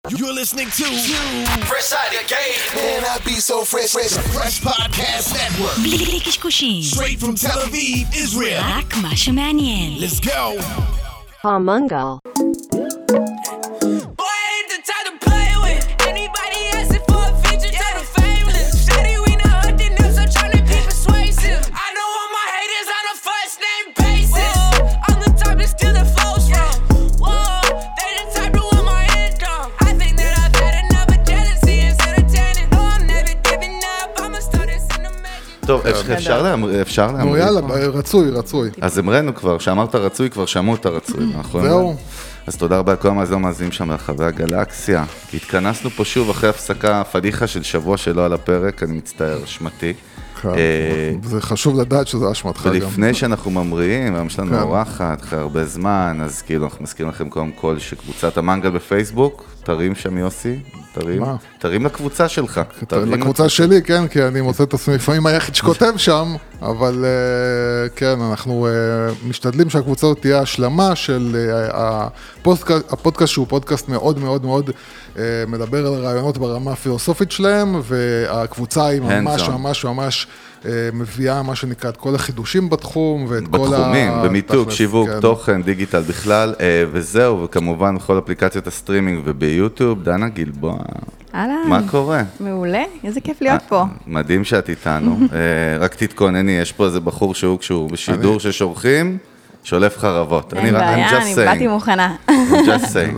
You're listening to Fresh Out of the Game. Man, I be so fresh. Fresh Podcast Network. בלי קשקושים. Straight from Tel Aviv, Israel. רק מה שמעניין. Let's go. Palmungal. טוב, אפשר להמריד? נו יאללה, רצוי. אז אמרנו כבר, שאמרת רצוי, כבר שמעו את הרצוי, נכון? זהו. אז תודה רבה לכל המאזינים שם ברחבי הגלקסיה. התכנסנו פה שוב אחרי הפסקה פדיחה של שבוע שלא על הפרק, אני מצטער, אשמתי. זה חשוב לדעת שזה אשמתך גם. ולפני שאנחנו ממריאים, היום שלנו אורחת, אחרי הרבה זמן, אז כאילו אנחנו מזכירים לכם קודם כל שקבוצת המנגל בפייסבוק, תרים שם יוסי, תרים לקבוצה שלך. לקבוצה שלי, כן, כי אני מוצא את עצמי לפעמים היחיד שכותב שם, אבל כן, אנחנו משתדלים שהקבוצה הזאת תהיה השלמה של הפודקאסט, שהוא פודקאסט מאוד מאוד מאוד מדבר על רעיונות ברמה הפילוסופית שלהם, והקבוצה היא ממש מביאה מה שנקרא את כל החידושים בתחום, ואת כל בתחומים, במיתוג, שיווק, תוכן, דיגיטל בכלל, וזהו, וכמובן בכל אפליקציות הסטרימינג וביוטיוב. דנה גלבוע, מה קורה? מעולה, איזה כיף להיות פה. מדהים שאת איתנו, רק תתכונני, יש פה איזה בחור כשהוא בשידור ששורחים, שולף חרבות. אין בעיה, אני באתי מוכנה. just saying.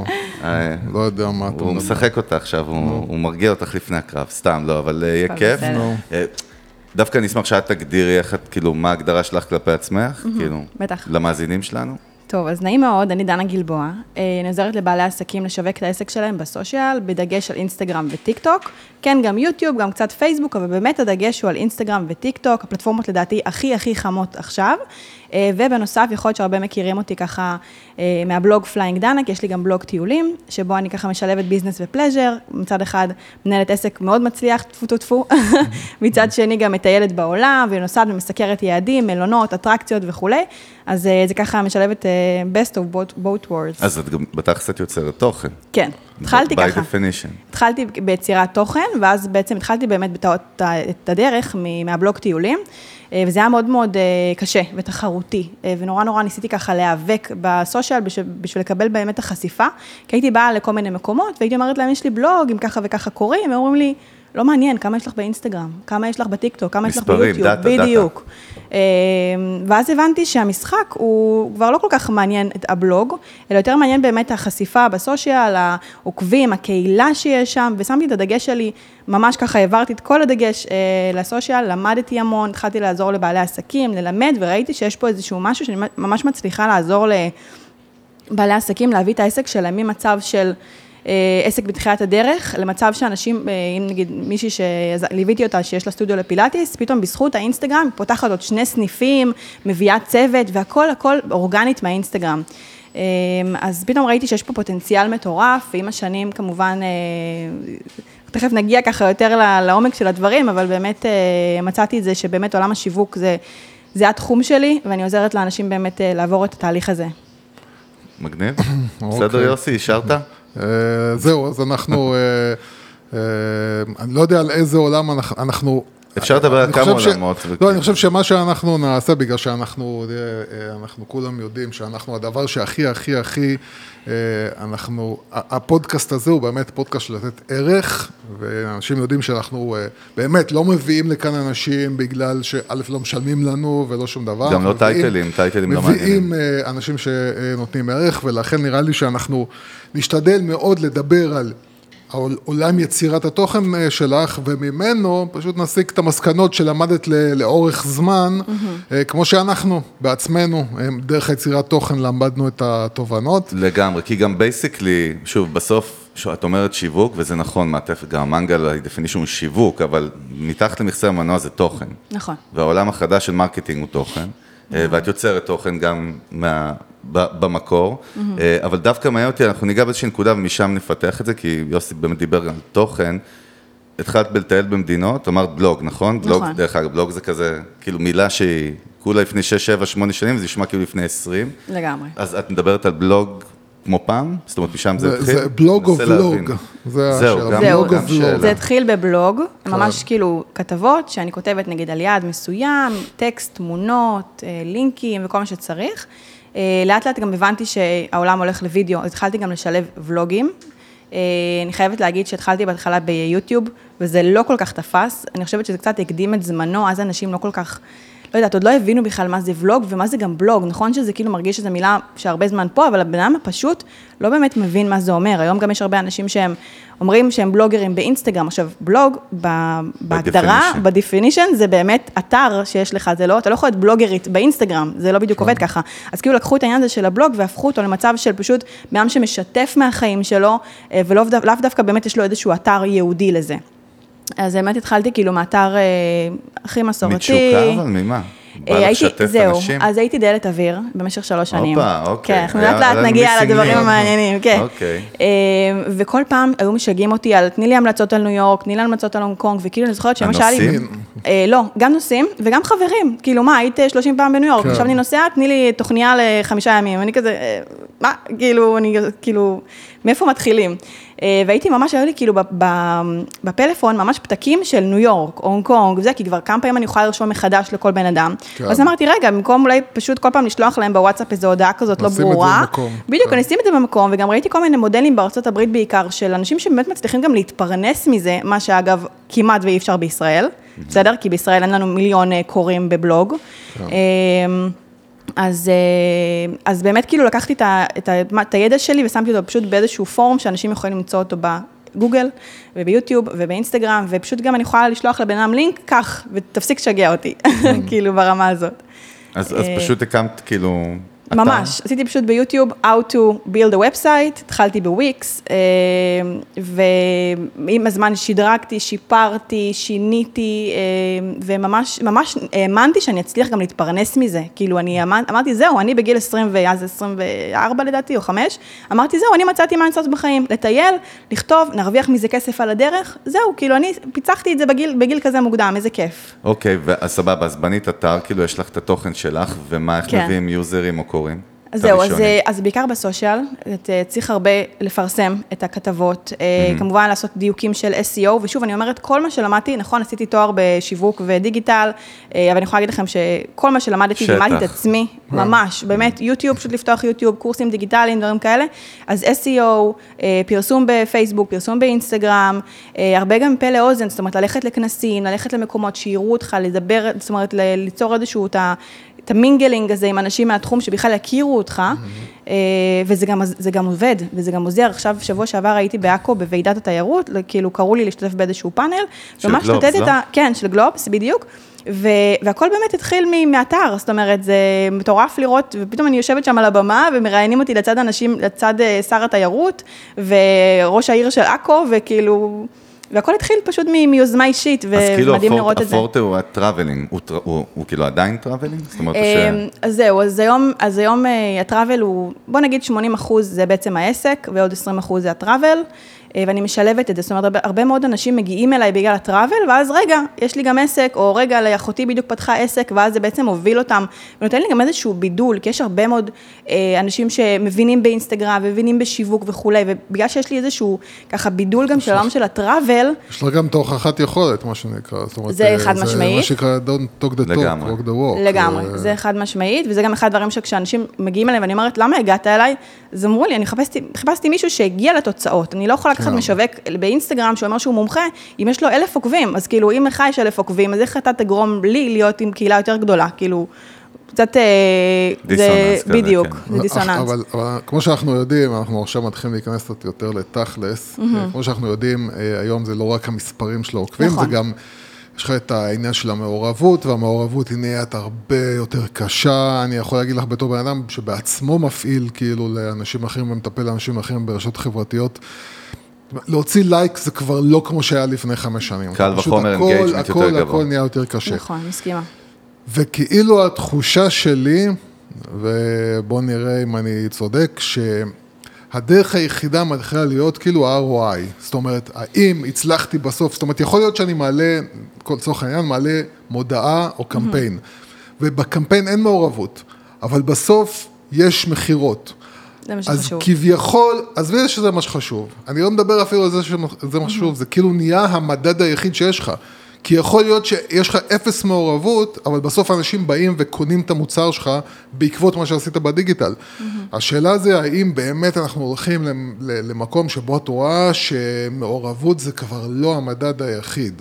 לא יודע מה אתה מדבר. הוא משחק אותה עכשיו, הוא מרגיע אותך לפני הקרב, סתם לא, אבל יהיה כיף. דווקא אני אשמח שאת תגדירי כאילו מה ההגדרה שלך כלפי עצמך, כאילו, למאזינים שלנו. טוב, אז נעים מאוד, אני דנה גלבוע, אני עוזרת לבעלי עסקים לשווק את העסק שלהם בסושיאל, בדגש על אינסטגרם וטיק טוק, כן, גם יוטיוב, גם קצת פייסבוק, אבל באמת הדגש הוא על אינסטגרם וטיק טוק, הפלטפורמות לדעתי הכי חמות עכשיו, ובנוסף יכול להיות שהרבה מכירים אותי ככה מהבלוג פליינג דנה, כי יש לי גם בלוג טיולים, שבו אני ככה משלבת ביזנס ופלז'ר, מצד אחד מנהלת עסק מאוד מצליח, טפו, מצד שני גם מטיילת בעולם, ונוסעת ומסקרת יעדים, מלונות, אטרקציות וכו'. אז זה ככה משלבת best of both worlds. אז את גם בטח קצת יוצרת תוכן. כן, התחלתי ככה. by definition. התחלתי ביצירת תוכן, ואז בעצם התחלתי באמת את הדרך מהבלוג טיולים, וזה היה מאוד מאוד קשה ותחרותי, ונורא ניסיתי ככה להיאבק בסושיאל בשביל לקבל באמת החשיפה, כי הייתי באה לכל מיני מקומות, והייתי אומרת להם, יש לי בלוג, אם ככה וככה קוראים, והם אומרים לי, לא מעניין, כמה יש לך באינסטגרם, כמה יש לך בטיקטוק, כמה יש לך ביוטיוב, בדיוק. ואז הבנתי שהמשחק הוא כבר לא כל כך מעניין את הבלוג, אלא יותר מעניין באמת החשיפה בסושיאל, העוקבים, הקהילה שיש שם, ושמתי את הדגש שלי, ממש ככה העברתי את כל הדגש לסושיאל, למדתי המון, התחלתי לעזור לבעלי עסקים, ללמד, וראיתי שיש פה איזשהו משהו שאני ממש מצליחה לעזור לבעלי עסקים, להביא את העסק שלהם ממצב של עסק בתחילת הדרך, למצב שאנשים, אם נגיד מישהי שליוויתי אותה, שיש לה סטודיו לפילאטיס, פתאום בזכות האינסטגרם, פותחת עוד 2 סניפים, מביאה צוות, והכל אורגנית מהאינסטגרם. אז פתאום ראיתי שיש פה פוטנציאל מטורף, ועם השנים כמובן, תכף נגיע ככה יותר לעומק של הדברים, אבל באמת מצאתי את זה שבאמת עולם השיווק זה התחום שלי, ואני עוזרת לאנשים באמת לעבור את התהליך הזה. מגניב. בסדר יוסי, השארת? זהו, אז אנחנו, אני לא יודע על איזה עולם אנחנו... אפשר לדבר על כמה עולמות. לא, אני חושב שמה שאנחנו נעשה, בגלל שאנחנו כולם יודעים שאנחנו הדבר שהכי, הפודקאסט הזה הוא באמת פודקאסט של לתת ערך, ואנשים יודעים שאנחנו באמת לא מביאים לכאן אנשים בגלל שא' לא משלמים לנו ולא שום דבר. גם לא טייטלים לא מעניינים. מביאים אנשים שנותנים ערך, ולכן נראה לי שאנחנו נשתדל מאוד לדבר על עולם יצירת התוכן שלך, וממנו פשוט נסיק את המסקנות שלמדת לאורך זמן, כמו שאנחנו בעצמנו, דרך יצירת תוכן למדנו את התובנות. לגמרי, כי גם בייסיקלי, שוב, בסוף, את אומרת שיווק, וזה נכון, גם המנגל, הדפינישן הוא שיווק, אבל מתחת למכסה המנוע זה תוכן. נכון. והעולם החדש של מרקטינג הוא תוכן, ואת יוצרת תוכן גם במקור, אבל דווקא מעניין אותי, אנחנו ניגע באיזושהי נקודה ומשם נפתח את זה, כי יוסי באמת דיבר על תוכן, התחלת בלטייל במדינות, אמרת בלוג, נכון? בלוג, דרך אגב, בלוג זה כזה, כאילו מילה שהיא כולה לפני 6, 7, 8 שנים, וזה ישמע כאילו לפני 20. לגמרי. אז את מדברת על בלוג כמו פעם? זאת אומרת, משם זה התחיל? זה בלוג או ולוג. זהו, גם שאלה. זה התחיל בבלוג, ממש כאילו כתבות, שאני כותבת נגיד על יעד מסוים, טקסט, תמונות, לינקים וכל מה שצריך. לאט לאט גם הבנתי שהעולם הולך לוידאו, אז התחלתי גם לשלב ולוגים. אני חייבת להגיד שהתחלתי בהתחלה ביוטיוב, וזה לא כל כך תפס. אני חושבת שזה קצת הקדים את זמנו, אז אנשים לא כל כך, לא יודעת, עוד לא הבינו בכלל מה זה ולוג ומה זה גם בלוג. נכון שזה כאילו מרגיש שזו מילה שהרבה זמן פה, אבל הבן אדם הפשוט לא באמת מבין מה זה אומר. היום גם יש הרבה אנשים שהם אומרים שהם בלוגרים באינסטגרם. עכשיו, בלוג בהגדרה, בדפינישן, זה באמת אתר שיש לך, זה לא, אתה לא יכול להיות בלוגרית באינסטגרם, זה לא בדיוק עובד ככה. אז כאילו לקחו את העניין הזה של הבלוג והפכו אותו למצב של פשוט בעם שמשתף מהחיים שלו, ולאו דווקא באמת יש לו איזשהו אתר ייעודי לזה. אז באמת התחלתי כאילו מאתר הכי מסורתי. מתשוקה, אבל ממה? בא לשתף אנשים? אז הייתי דלת אוויר במשך 3 שנים. אוקיי. כן, אנחנו לאט נגיע לדברים המעניינים, כן. אוקיי. וכל פעם היו משגעים אותי על, תני לי המלצות על ניו יורק, תני לי המלצות על הונג קונג, וכאילו אני זוכרת שמה שהיה לי... לא, גם נוסעים וגם חברים. כאילו מה, היית 30 פעם בניו יורק, עכשיו אני נוסעת, תני לי תוכניה ל5 ימים. אני כזה, מה? כאילו, מאיפה מתחילים? והייתי ממש, היו לי כאילו בפלאפון ממש פתקים של ניו יורק, הונג קונג, וזה, כי כבר כמה פעמים אני יכולה לרשום מחדש לכל בן אדם. אז אמרתי, רגע, במקום אולי פשוט כל פעם לשלוח להם בוואטסאפ איזו הודעה כזאת לא ברורה. בדיוק, אני אשים את זה במקום, וגם ראיתי כל מיני מודלים בארצות הברית בעיקר, של אנשים שבאמת מצליחים גם להתפרנס מזה, מה שאגב כמעט ואי אפשר בישראל, בסדר? כי בישראל אין לנו מיליון קוראים בבלוג. אז באמת כאילו לקחתי את הידע שלי ושמתי אותו פשוט באיזשהו פורום שאנשים יכולים למצוא אותו בגוגל וביוטיוב ובאינסטגרם, ופשוט גם אני יכולה לשלוח לבן אדם לינק, כך, ותפסיק שגע אותי, כאילו ברמה הזאת. אז פשוט הקמת כאילו... ממש, עשיתי פשוט ביוטיוב, how to build a website, התחלתי בוויקס, ועם הזמן שדרגתי, שיפרתי, שיניתי, וממש האמנתי שאני אצליח גם להתפרנס מזה, כאילו אני אמרתי, זהו, אני בגיל 24 לדעתי, או 5, אמרתי, זהו, אני מצאתי מה לעשות בחיים, לטייל, לכתוב, נרוויח מזה כסף על הדרך, זהו, כאילו אני פיצחתי את זה בגיל כזה מוקדם, איזה כיף. אוקיי, אז סבבה, אז בנית אתר, כאילו יש לך את התוכן שלך, ומה, איך מביאים יוזרים או קוראים? זהו, אז בעיקר בסושיאל, צריך הרבה לפרסם את הכתבות, כמובן לעשות דיוקים של SEO, ושוב, אני אומרת, כל מה שלמדתי, נכון, עשיתי תואר בשיווק ודיגיטל, אבל אני יכולה להגיד לכם שכל מה שלמדתי, לימדתי את עצמי, ממש, באמת, יוטיוב, פשוט לפתוח יוטיוב, קורסים דיגיטליים, דברים כאלה, אז SEO, פרסום בפייסבוק, פרסום באינסטגרם, הרבה גם פה לאוזן, זאת אומרת, ללכת לכנסים, ללכת למקומות שיראו אותך, לדבר, זאת אומרת, ליצור איזשהו את המינגלינג הזה עם אנשים מהתחום שבכלל יכירו אותך, וזה גם עובד, וזה גם עוזר. עכשיו, שבוע שעבר הייתי בעכו בוועידת התיירות, כאילו קראו לי להשתתף באיזשהו פאנל, של גלובס, לא? כן, של גלובס, בדיוק, והכל באמת התחיל מאתר, זאת אומרת, זה מטורף לראות, ופתאום אני יושבת שם על הבמה, ומראיינים אותי לצד אנשים, לצד שר התיירות, וראש העיר של עכו, וכאילו... והכל התחיל פשוט מיוזמה אישית, ומדהים לראות את זה. אז כאילו הפורטה הוא הטראבלינג, הוא כאילו עדיין טראבלינג? זאת אומרת אז זהו, אז היום הטראבל הוא, בוא נגיד 80% זה בעצם העסק, ועוד 20% זה הטראבל, ואני משלבת את זה, זאת אומרת, הרבה מאוד אנשים מגיעים אליי בגלל הטראבל, ואז רגע, יש לי גם עסק, או רגע, לאחותי בדיוק פתחה עסק, ואז זה בעצם הוביל אותם, ונותן לי גם איזשהו בידול, כי יש הרבה מאוד אנשים שמבינים באינסטגרם, ומבינים בשיווק וכו', ובגלל שיש לי איזשהו ככה בידול גם של העולם של הטראבל. יש לה גם את הוכחת יכולת, מה שנקרא. זה חד משמעית. זה מה שנקרא, don't talk the talk, walk the walk. לגמרי, זה חד משמעית, וזה גם אחד הדברים שכשאנשים מגיעים אליי, ואני אומרת, למה הגעת אליי? אז אמרו לי, אני חיפשתי מישהו שהגיע לתוצאות. אני לא יכולה לקחת משווק באינסטגרם שאומר שהוא מומחה, אם יש לו 1,000 עוקבים, אז כאילו, אם לך יש 1,000 עוקבים, אז איך אתה תגרום לי להיות עם קהילה יותר גדולה? כאילו, קצת, דיסוננס כזה, בדיוק, זה דיסוננס. אבל כמו שאנחנו יודעים, אנחנו עכשיו מתחילים להיכנס קצת יותר לתכלס, כמו שאנחנו יודעים, היום זה לא רק המספרים של העוקבים, זה גם, יש לך את העניין של המעורבות, והמעורבות היא נהיית הרבה יותר קשה, אני יכול להגיד לך בתור בן אדם שבעצמו מפעיל כאילו לאנשים אחרים ומטפל לאנשים אחרים ברשתות חברתיות, להוציא לייק זה כבר לא כמו שהיה לפני 5 שנים. קל וחומר, אינגייג'מנט יותר גבוה. הכל נהיה יותר קשה. נכון, מסכימה. וכאילו התחושה שלי, ובוא נראה אם אני צודק, שהדרך היחידה מתחילה להיות כאילו ROI. זאת אומרת, האם הצלחתי בסוף, זאת אומרת, יכול להיות שאני מעלה, כל צורך העניין, מעלה מודעה או קמפיין. ובקמפיין אין מעורבות, אבל בסוף יש מחירות. זה מה אז שחשוב. כביכול, עזבי שזה מה שחשוב. אני לא מדבר אפילו על זה שזה מה שחשוב, זה כאילו נהיה המדד היחיד שיש לך. כי יכול להיות שיש לך אפס מעורבות, אבל בסוף אנשים באים וקונים את המוצר שלך בעקבות מה שעשית בדיגיטל. השאלה זה, האם באמת אנחנו הולכים למקום שבו את רואה שמעורבות זה כבר לא המדד היחיד.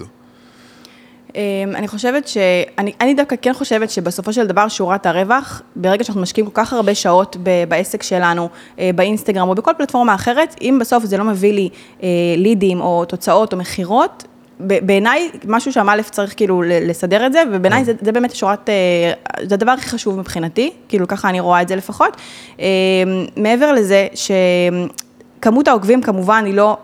אני חושבת אני דווקא כן חושבת שבסופו של דבר שורת הרווח, ברגע שאנחנו משקיעים כל כך הרבה שעות בעסק שלנו, באינסטגרם או בכל פלטפורמה אחרת, אם בסוף זה לא מביא לי לידים או תוצאות או מחירות, בעיניי משהו שם א' צריך כאילו לסדר את זה, ובעיניי זה באמת שורת, זה הדבר הכי חשוב מבחינתי, כאילו ככה אני רואה את זה לפחות. מעבר לזה שכמות העוקבים כמובן היא לא,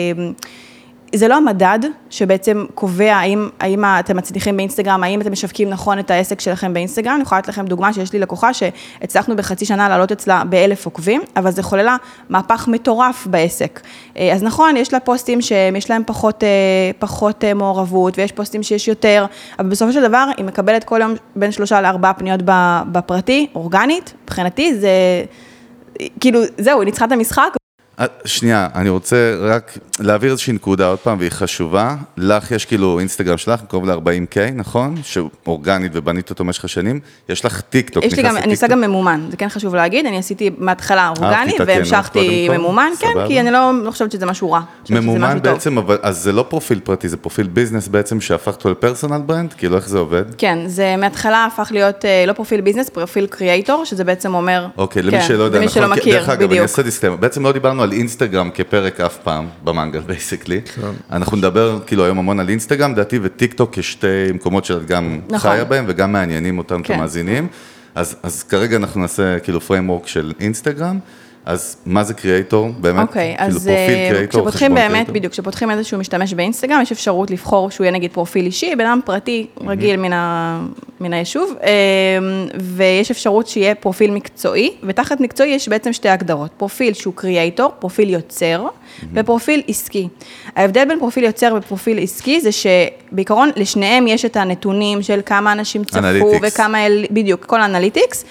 זה לא המדד שבעצם קובע האם אתם מצליחים באינסטגרם, האם אתם משווקים נכון את העסק שלכם באינסטגרם. אני יכולה לתת לכם דוגמה שיש לי לקוחה שהצלחנו בחצי שנה לעלות אצלה ב1,000 עוקבים, אבל זה חוללה מהפך מטורף בעסק. אז נכון, יש לה פוסטים שיש להם פחות מעורבות, ויש פוסטים שיש יותר, אבל בסופו של דבר היא מקבלת כל יום בין 3-4 פניות בפרטי, אורגנית, מבחינתי זה, כאילו, זהו, היא ניצחה את המשחק. שנייה, אני רוצה רק להעביר איזושהי נקודה עוד פעם, והיא חשובה. לך יש כאילו אינסטגרם שלך, קרוב ל-40K, נכון? שאורגנית ובנית אותו במשך השנים. יש לך טיקטוק. יש לי גם, אני עושה גם ממומן, זה כן חשוב להגיד, אני עשיתי מההתחלה אורגני, והמשכתי ממומן, כן, כי אני לא חושבת שזה משהו רע. ממומן בעצם, אבל אז זה לא פרופיל פרטי, זה פרופיל ביזנס בעצם שהפך אותו לפרסונל ברנד, כאילו איך זה עובד? כן, זה מההתחלה הפך להיות לא פרופיל ביזנס, פרופיל קריאייטור, שזה בעצם אומר, אוקיי, למי שלא יודע, דרך אגב, אני אעשה דיסקליימר, בעצם לא דיברנו על אינסטגרם כפרק אף פעם במנגל, בייסיקלי. אנחנו נדבר כאילו היום המון על אינסטגרם, דעתי וטיק טוק כשתי מקומות שאת גם חיה בהם וגם מעניינים אותם את המאזינים. אז כרגע אנחנו נעשה כאילו פריימוורק של אינסטגרם. אז מה זה קריאייטור? באמת? אוקיי, אז כשפותחים באמת, בדיוק, כשפותחים איזשהו משתמש באינסטגרם, יש אפשרות לבחור שהוא יהיה נגיד פרופיל אישי, בן אדם פרטי רגיל מן היישוב, ויש אפשרות שיהיה פרופיל מקצועי, ותחת מקצועי יש בעצם שתי הגדרות, פרופיל שהוא קריאייטור, פרופיל יוצר, ופרופיל עסקי. ההבדל בין פרופיל יוצר ופרופיל עסקי, זה שבעיקרון לשניהם יש את הנתונים של כמה אנשים צפו, וכמה, בדיוק, כל האנליטיקס,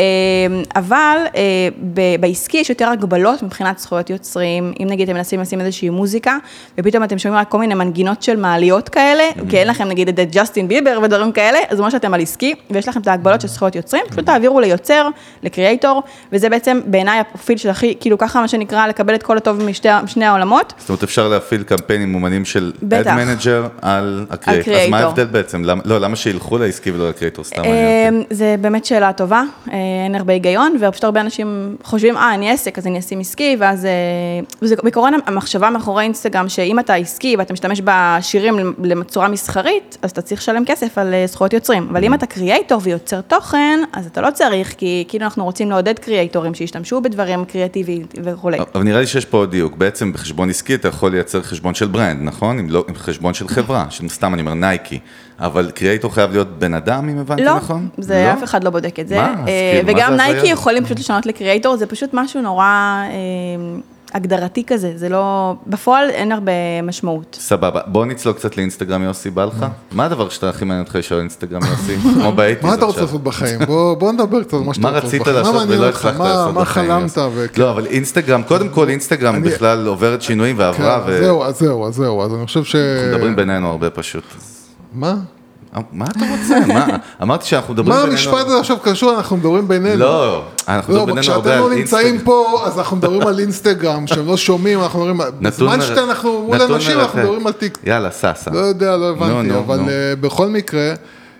אבל בעסקי יש יותר הגבלות מבחינת זכויות יוצרים, אם נגיד אתם מנסים לשים איזושהי מוזיקה, ופתאום אתם שומעים רק כל מיני מנגינות של מעליות כאלה, כי אין לכם נגיד את ג'סטין ביבר ודברים כאלה, אז אומר שאתם על עסקי, ויש לכם את ההגבלות של זכויות יוצרים, פשוט תעבירו ליוצר, לקריאייטור, וזה בעצם בעיניי הפרופיל של הכי, כאילו ככה מה שנקרא, לקבל את כל הטוב משני העולמות. זאת אומרת, אפשר להפעיל קמפיינים מומנים של Ad Manager על הקריאייטור. אז מה ההבדל בעצם? לא, למה שילכו לעסקי ולא לקריאייטור? סתם מעניין. זה באמת שאלה טובה, אין הרבה היגיון, ופשוט הרבה אנשים חושבים, אני עסק, אז אני אשים עסקי, ואז, וזה בעיקרון המחשבה מאחורי אינסטגרם, שאם אתה עסקי ואתה משתמש בשירים לצורה מסחרית, אז אתה צריך לשלם כסף על זכויות יוצרים. אבל אם אתה קריאייטור ויוצר תוכן, אז אתה לא צריך, כי כאילו אנחנו רוצים לעודד קריאייטורים שישתמשו בדברים קריאטיביים וכו'. אבל נראה לי שיש פה דיוק. בעצם בחשבון עסקי אתה יכול לייצר חשבון של ברנד, נכון? אם לא, עם חשבון של חברה, סתם אני אומר נייקי. אבל קריאייטור חייב להיות בן אדם, אם הבנתי נכון? לא, זה אף אחד לא בודק את זה. וגם נייקי יכולים פשוט לשנות לקריאייטור, זה פשוט משהו נורא הגדרתי כזה, זה לא, בפועל אין הרבה משמעות. סבבה, בוא נצלול קצת לאינסטגרם יוסי, בא לך? מה הדבר שאתה הכי מעניין אותך לשאול אינסטגרם יוסי? כמו באייטיז עכשיו. מה אתה רוצה לעשות בחיים? בוא נדבר קצת על מה שאתה רוצה לעשות בחיים. מה רצית לעשות ולא הצלחת לעשות בחיים? מה חלמת? לא, אבל אינסטגרם, קודם כל אינסטגרם בכלל עוברת שינויים ועברה. זהו, אז אני חושב ש... אנחנו מדברים בינינו הרבה פשוט. מה? מה אתה רוצה? אמרתי שאנחנו מדברים בינינו. מה המשפט הזה עכשיו קשור? אנחנו מדברים בינינו. לא, אנחנו מדברים בינינו הרבה על אינסטגרם. כשאתם לא נמצאים פה, אז אנחנו מדברים על אינסטגרם, שהם לא שומעים, אנחנו מדברים... בזמן שאנחנו מול אנשים, אנחנו מדברים על טיק. יאללה, סע. לא יודע, לא הבנתי, אבל בכל מקרה,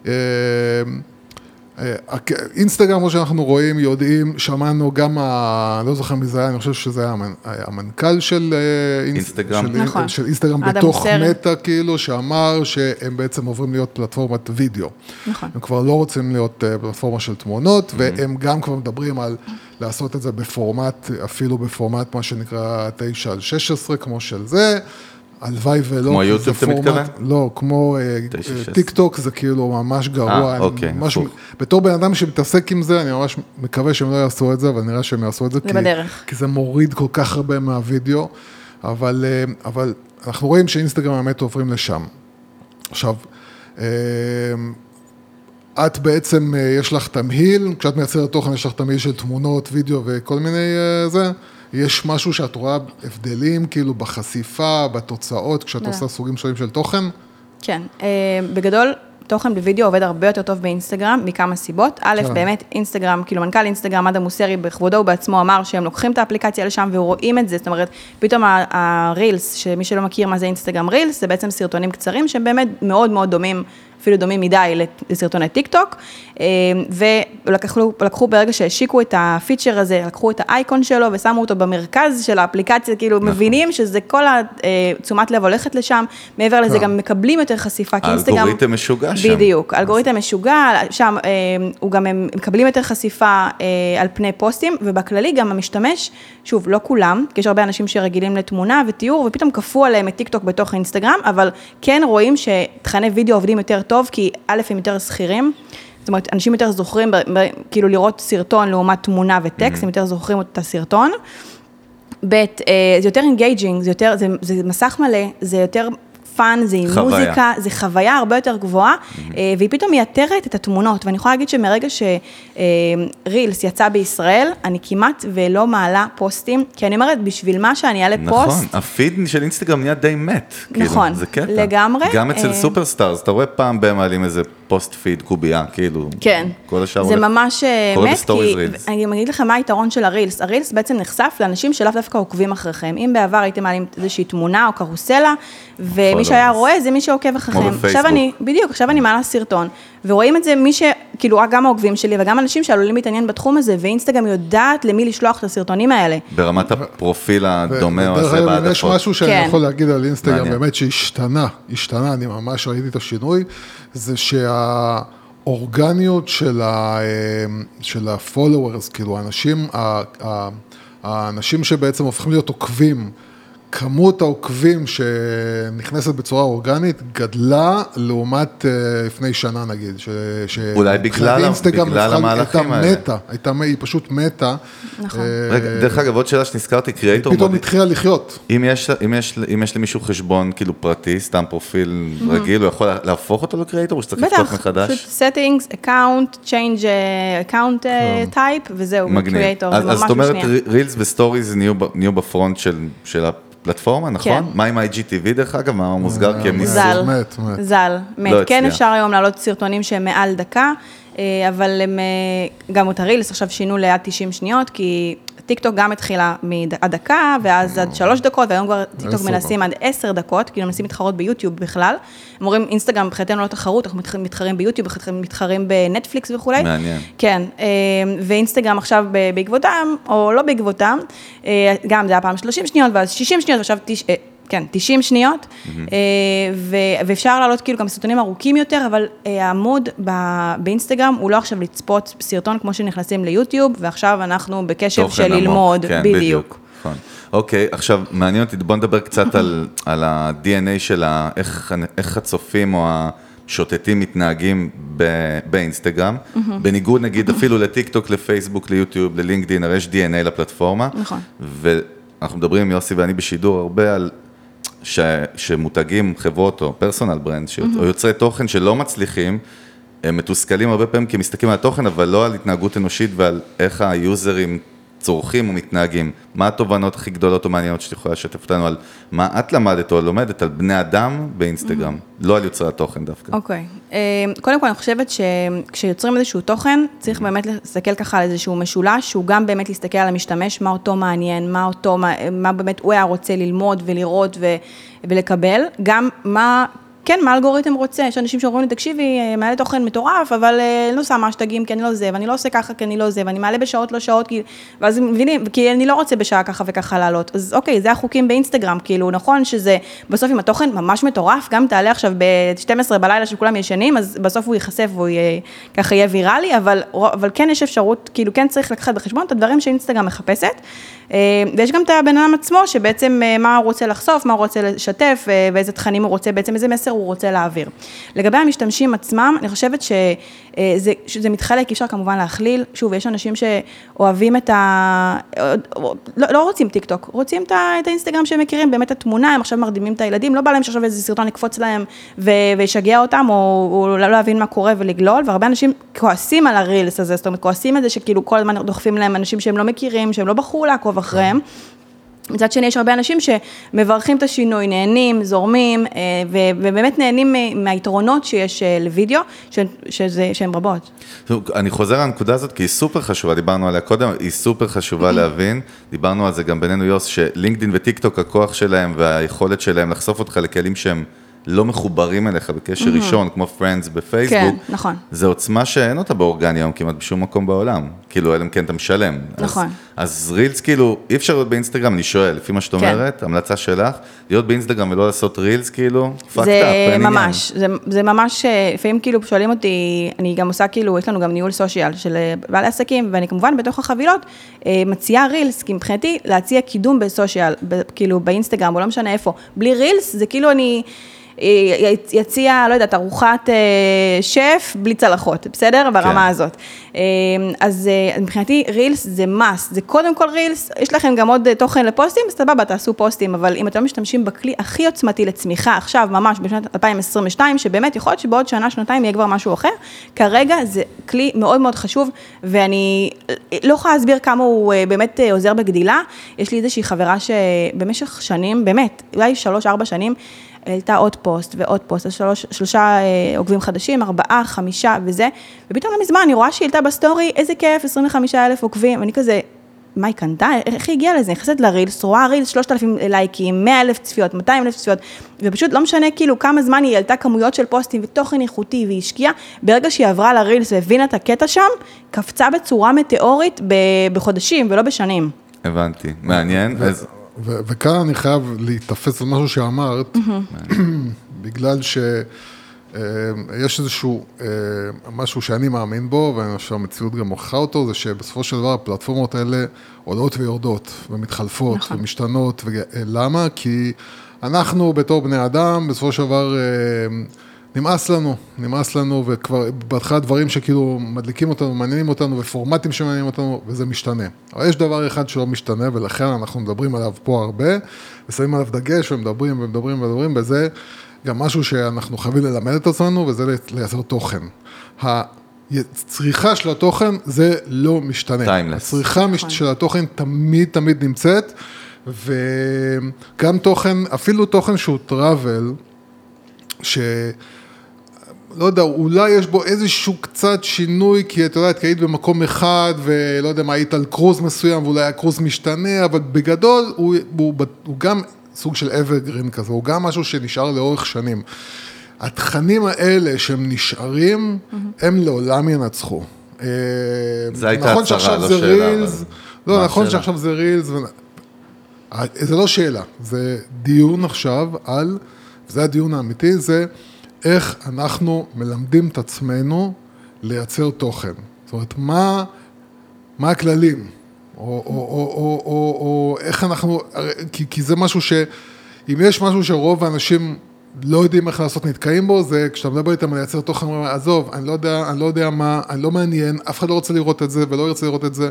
אינסטגרם, כמו שאנחנו רואים, יודעים, שמענו גם, לא זוכר מי זה היה, אני חושב שזה היה המנכ"ל של אינסטגרם בתוך מטא, כאילו, שאמר שהם בעצם עוברים להיות פלטפורמת וידאו. נכון. הם כבר לא רוצים להיות פלטפורמה של תמונות, והם גם כבר מדברים על לעשות את זה בפורמט, אפילו בפורמט מה שנקרא 9:16, כמו של זה, הלוואי ולא, כמו יוטיוב אתה מתכוון? לא, כמו טיק טוק זה כאילו ממש גרוע, בתור בן אדם שמתעסק עם זה, אני ממש מקווה שהם לא יעשו את זה, אבל נראה שהם יעשו את זה, כי זה מוריד כל כך הרבה מהווידאו, אבל אנחנו רואים שאינסטגרם באמת עוברים לשם. עכשיו, את בעצם, יש לך תמהיל, כשאת מייצרת תוכן, יש לך תמהיל של תמונות, וידאו וכל מיני זה. יש משהו שאת רואה הבדלים, כאילו בחשיפה, בתוצאות, כשאת עושה סוגים שונים של תוכן? כן, בגדול, תוכן בווידאו עובד הרבה יותר טוב באינסטגרם, מכמה סיבות. א', באמת אינסטגרם, כאילו מנכ"ל אינסטגרם, אדם מוסרי, בכבודו ובעצמו אמר שהם לוקחים את האפליקציה לשם ורואים את זה, זאת אומרת, פתאום הרילס, שמי שלא מכיר מה זה אינסטגרם רילס, זה בעצם סרטונים קצרים, שהם באמת מאוד מאוד דומים, אפילו דומים מדי לסרטוני טיק טוק, ולקחו ברגע שהשיקו את הפיצ'ר הזה, לקחו את האייקון שלו ושמו אותו במרכז של האפליקציה, כאילו מבינים שזה כל התשומת לב הולכת לשם, מעבר לזה גם מקבלים יותר חשיפה, כי אינסטגרם... האלגוריתם משוגע שם. בדיוק, האלגוריתם משוגע, שם הוא גם מקבלים יותר חשיפה על פני פוסטים, ובכללי גם המשתמש, שוב, לא כולם, כי יש הרבה אנשים שרגילים לתמונה ותיאור, ופתאום כפו עליהם את טיק טוק בתוך האינסטגרם, אבל כן רואים שתכני וידאו עובדים יותר טוב, כי א' הם יותר שכירים, זאת אומרת, אנשים יותר זוכרים, כאילו לראות סרטון לעומת תמונה וטקסט, הם יותר זוכרים את הסרטון. ב', זה יותר engaging, זה מסך מלא, זה יותר פאן, זה עם מוזיקה, זה חוויה הרבה יותר גבוהה, והיא פתאום מייתרת את התמונות, ואני יכולה להגיד שמרגע שרילס יצא בישראל, אני כמעט ולא מעלה פוסטים, כי אני אומרת, בשביל מה שאני אעלה פוסט... נכון, הפיד של אינסטגרם נהיה די מת. נכון, זה קטע. לגמרי. גם אצל סופרסטארס, אתה רואה פעם במעלים איזה פוסט פיד קובייה, כאילו... כן. כל השאר זה ממש מת, כי רילס. אני אגיד לכם מה היתרון של הרילס. הרילס בעצם נחשף לאנשים שלאו דווקא עוקבים אחריכם. אם בעבר הייתם מעלים איזושהי תמונה או קרוסלה, ומי שהיה רואה זה מי שעוקב אחריכם. עכשיו אני מעלה סרטון, ורואים את זה מי כאילו גם העוקבים שלי, וגם אנשים שעלולים להתעניין בתחום הזה, ואינסטגרם יודעת למי לשלוח את הסרטונים האלה. ברמת הפרופיל הדומה או הזה בעדפות. יש משהו שאני יכול להגיד על אינסטגרם, באמת שהשתנה, אני ממש ראיתי את השינוי, זה שהאורגניות של ה-followers, כאילו האנשים שבעצם הופכים להיות עוקבים, כמות העוקבים שנכנסת בצורה אורגנית גדלה לעומת לפני שנה נגיד. אולי בגלל המהלכים האלה. היא פשוט מתה. נכון. דרך אגב, עוד שאלה שנזכרתי, קריאייטור... פתאום התחילה לחיות. אם יש למישהו חשבון כאילו פרטי, סתם פרופיל רגיל, הוא יכול להפוך אותו לקריאייטור, או שצריך לפתוח מחדש? בטח, פשוט settings, account, change account type, וזהו, קריאייטור. אז זאת אומרת, רילס וסטוריז נהיו בפרונט של פלטפורמה, נכון? מה עם IGTV דרך אגב? מה מוסגר? כי הם ניסו. זל, מת. כן אפשר היום לעלות סרטונים שהם מעל דקה, אבל הם גם אותה רילס עכשיו שינו ליד 90 שניות, כי טיקטוק גם התחילה מהדקה, ואז עד 3 דקות, והיום כבר טיקטוק מנסים עד 10 דקות, כאילו מנסים להתחרות ביוטיוב בכלל. הם אומרים, אינסטגרם מבחינתנו לא תחרות, אנחנו מתחרים ביוטיוב, מתחרים בנטפליקס וכו'. מעניין. כן, ואינסטגרם עכשיו בעקבותם, או לא בעקבותם, גם זה היה פעם 30 שניות, ואז 60 שניות, ועכשיו 90 שניות, ואפשר לעלות כאילו גם סרטונים ארוכים יותר, אבל העמוד באינסטגרם הוא לא עכשיו לצפות סרטון כמו שנכנסים ליוטיוב, ועכשיו אנחנו בקשב של ללמוד, בדיוק. אוקיי, עכשיו מעניין אותי, בוא נדבר קצת על ה-DNA של איך הצופים או השוטטים מתנהגים באינסטגרם, בניגוד נגיד אפילו לטיק-טוק, לפייסבוק, ליוטיוב, ללינקדין, הרי יש DNA לפלטפורמה, ואנחנו מדברים עם יוסי ואני בשידור הרבה על שמותגים חברות או פרסונל ברנד, או יוצרי תוכן שלא מצליחים, הם מתוסכלים הרבה פעמים כי מסתכלים על התוכן, אבל לא על התנהגות אנושית ועל איך היוזרים צורכים ומתנהגים. מה התובנות הכי גדולות או מעניינות שאת יכולה לשתף אותנו על מה את למדת או לומדת על בני אדם באינסטגרם, לא על יוצרי התוכן דווקא. אוקיי. קודם כל אני חושבת שכשיוצרים איזשהו תוכן, צריך באמת להסתכל ככה על איזשהו משולש, שהוא גם באמת להסתכל על המשתמש, מה אותו מעניין, מה באמת הוא היה רוצה ללמוד ולראות ולקבל, גם מה... כן, מה האלגוריתם רוצה? יש אנשים שאומרים לי, תקשיבי, מעלה תוכן מטורף, אבל אני לא שמה שתגים, כי אני לא זה, ואני לא עושה ככה, כי אני לא זה, ואני מעלה בשעות, לא שעות, ואז מבינים, כי אני לא רוצה בשעה ככה וככה לעלות. אז אוקיי, זה החוקים באינסטגרם, כאילו, נכון שזה, בסוף אם התוכן ממש מטורף, גם תעלה עכשיו ב-12 בלילה שכולם ישנים, אז בסוף הוא ייחשף, והוא ככה יהיה ויראלי, אבל כן יש אפשרות, כאילו, כן צריך לקחת בחשבון את הדברים שאינסטגרם מחפשת, ויש גם את הבן אדם עצמו, שבעצם מה הוא רוצה לחשוף, מה הוא רוצה לשתף, ואיזה תכנים הוא רוצה, בעצם איזה מסר הוא רוצה להעביר. לגבי המשתמשים עצמם, אני חושבת שזה מתחלק, אי אפשר כמובן להכליל, שוב, יש אנשים שאוהבים לא רוצים טיק טוק, רוצים את האינסטגרם שהם מכירים, באמת התמונה, הם עכשיו מרדימים את הילדים, לא בא להם שעכשיו איזה סרטון יקפוץ להם וישגע אותם, או לא להבין מה קורה ולגלול, והרבה אנשים כועסים על הרילס הזה, זאת אומרת, כועסים את זה שכאילו כל הזמן דוחפים להם אנשים שהם לא מכירים, שהם לא בחרו לעקוב אחריהם. מצד שני, יש הרבה אנשים שמברכים את השינוי, נהנים, זורמים, ובאמת נהנים מהיתרונות שיש לוידאו, שהן רבות. אני חוזר על הנקודה הזאת, כי היא סופר חשובה, דיברנו עליה קודם, היא סופר חשובה להבין, דיברנו על זה גם בינינו יוס, שלינקדין וטיקטוק, הכוח שלהם והיכולת שלהם לחשוף אותך לכלים שהם לא מחוברים אליך בקשר ראשון, כמו פרנדס בפייסבוק. כן, נכון. זה עוצמה שאין אותה באורגני היום כמעט בשום מקום בעולם. כאילו, אלא כן אתה משלם. נכון. אז רילס, כאילו, אי אפשר להיות באינסטגרם, אני שואל, לפי מה שאת אומרת, המלצה שלך, להיות באינסטגרם ולא לעשות רילס, כאילו, פאקט אפ, אין עניין. זה ממש, לפעמים כאילו שואלים אותי, אני גם עושה כאילו, יש לנו גם ניהול סושיאל של בעלי עסקים, ואני כמובן בתוך החבילות, מציעה רילס, כי מבחינתי, להציע קידום בסושיאל, כאילו באינסטגרם, או לא משנה איפה, בלי רילס, זה כאילו אני יציע, לא יודעת, ארוחת שף בלי צלחות, בסדר? ברמה הזאת. אז מבחינתי, רילס זה מס, זה קודם כל רילס, יש לכם גם עוד תוכן לפוסטים, סבבה, תעשו פוסטים, אבל אם אתם לא משתמשים בכלי הכי עוצמתי לצמיחה, עכשיו, ממש בשנת 2022, שבאמת יכול להיות שבעוד שנה, שנתיים יהיה כבר משהו אחר, כרגע זה כלי מאוד מאוד חשוב, ואני לא יכולה להסביר כמה הוא באמת עוזר בגדילה, יש לי איזושהי חברה שבמשך שנים, באמת, אולי 3-4 שנים, העלתה עוד פוסט ועוד פוסט, 3 עוקבים חדשים, 4, 5 וזה, ופתאום לא מזמן, אני רואה שהיא העלתה בסטורי, איזה כיף, 25,000 עוקבים, ואני כזה, מה היא קנתה? איך היא הגיעה לזה? נכנסת לרילס, רואה רילס, 3,000 לייקים, 100,000 צפיות, 200,000 צפיות, ופשוט לא משנה כאילו כמה זמן היא העלתה כמויות של פוסטים ותוכן איכותי, והיא השקיעה, ברגע שהיא עברה לרילס והבינה את הקטע שם, קפצה בצורה מטאורית בחודשים ולא בשנים. הבנתי, מעניין. וכאן אני חייב להתאפס על משהו שאמרת, בגלל שיש איזשהו משהו שאני מאמין בו, ואני חושב שהמציאות גם מוכיחה אותו, זה שבסופו של דבר הפלטפורמות האלה עולות ויורדות, ומתחלפות, ומשתנות, למה? כי אנחנו בתור בני אדם, בסופו של דבר נמאס לנו, וכבר בהתחלה דברים שכאילו מדליקים אותנו, מעניינים אותנו, ופורמטים שמעניינים אותנו, וזה משתנה. אבל יש דבר אחד שלא משתנה, ולכן אנחנו מדברים עליו פה הרבה, ושמים עליו דגש, ומדברים, וזה גם משהו שאנחנו חייבים ללמד את עצמנו, וזה לייצר תוכן. הצריכה של התוכן, זה לא משתנה. הצריכה של התוכן תמיד נמצאת, וגם תוכן, אפילו תוכן שהוא טראבל, לא יודע, אולי יש בו איזשהו קצת שינוי, כי אתה יודע, היית במקום אחד, ולא יודע מה, היית על קרוז מסוים, ואולי הקרוז משתנה, אבל בגדול הוא גם סוג של evergreen כזה, הוא גם משהו שנשאר לאורך שנים. התכנים האלה שהם נשארים, הם לעולם ינצחו. זה הייתה הצהרה, לא שאלה. לא, נכון שעכשיו זה רילס, זה לא שאלה, זה דיון עכשיו על, וזה הדיון האמיתי, זה איך אנחנו מלמדים את עצמנו לייצר תוכן. זאת אומרת, מה הכללים? או איך אנחנו, כי זה משהו אם יש משהו שרוב האנשים לא יודעים איך לעשות נתקעים בו, זה כשאתה מדבר איתם על לייצר תוכן, עזוב, אני לא יודע מה, אני לא מעניין, אף אחד לא רוצה לראות את זה ולא ירצה לראות את זה.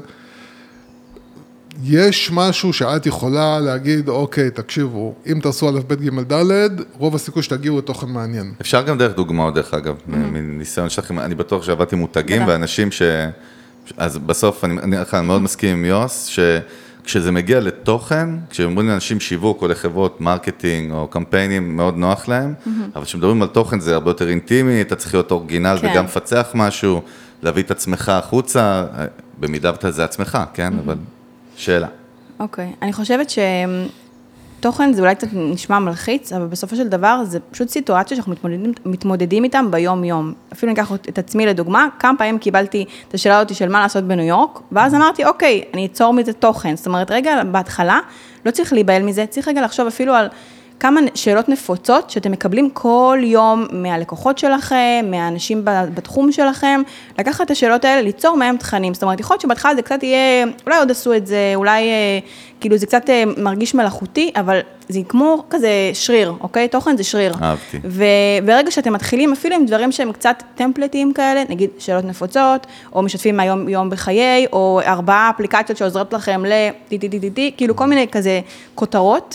יש משהו שאת יכולה להגיד, אוקיי, תקשיבו, אם תעשו א' ב' ג' ד', רוב הסיכוי שתגיעו לתוכן מעניין. אפשר גם דרך דוגמאות, דרך אגב, מניסיון שלכם, אני בטוח שעבדתי מותגים, ואנשים אז בסוף, אני מאוד מסכים עם יוס, שכשזה מגיע לתוכן, כשאומרים לאנשים שיווק או לחברות מרקטינג או קמפיינים, מאוד נוח להם, אבל כשמדברים על תוכן זה הרבה יותר אינטימי, אתה צריך להיות אורגינל וגם פצח משהו, להביא את עצמך החוצה, במידה ואתה זה עצמך, כן? אבל שאלה. אוקיי, אני חושבת שתוכן זה אולי קצת נשמע מלחיץ, אבל בסופו של דבר זה פשוט סיטואציה שאנחנו מתמודדים איתם ביום-יום. אפילו ניקח את עצמי לדוגמה, כמה פעמים קיבלתי את השאלה אותי של מה לעשות בניו יורק, ואז אמרתי, אוקיי, אני אצור מזה תוכן. זאת אומרת, רגע, בהתחלה, לא צריך להיבהל מזה, צריך רגע לחשוב אפילו על כמה שאלות נפוצות שאתם מקבלים כל יום מהלקוחות שלכם, מהאנשים בתחום שלכם, לקחת את השאלות האלה, ליצור מהם תכנים. זאת אומרת, יכול להיות שבהתחלה זה קצת יהיה, אולי עוד עשו את זה, אולי כאילו זה קצת מרגיש מלאכותי, אבל זה כמו כזה שריר, אוקיי? תוכן זה שריר. אהבתי. וברגע שאתם מתחילים אפילו עם דברים שהם קצת טמפלטים כאלה, נגיד שאלות נפוצות, או משתפים מהיום יום בחיי, או 4 אפליקציות שעוזרות לכם כאילו כל מיני כזה כותרות,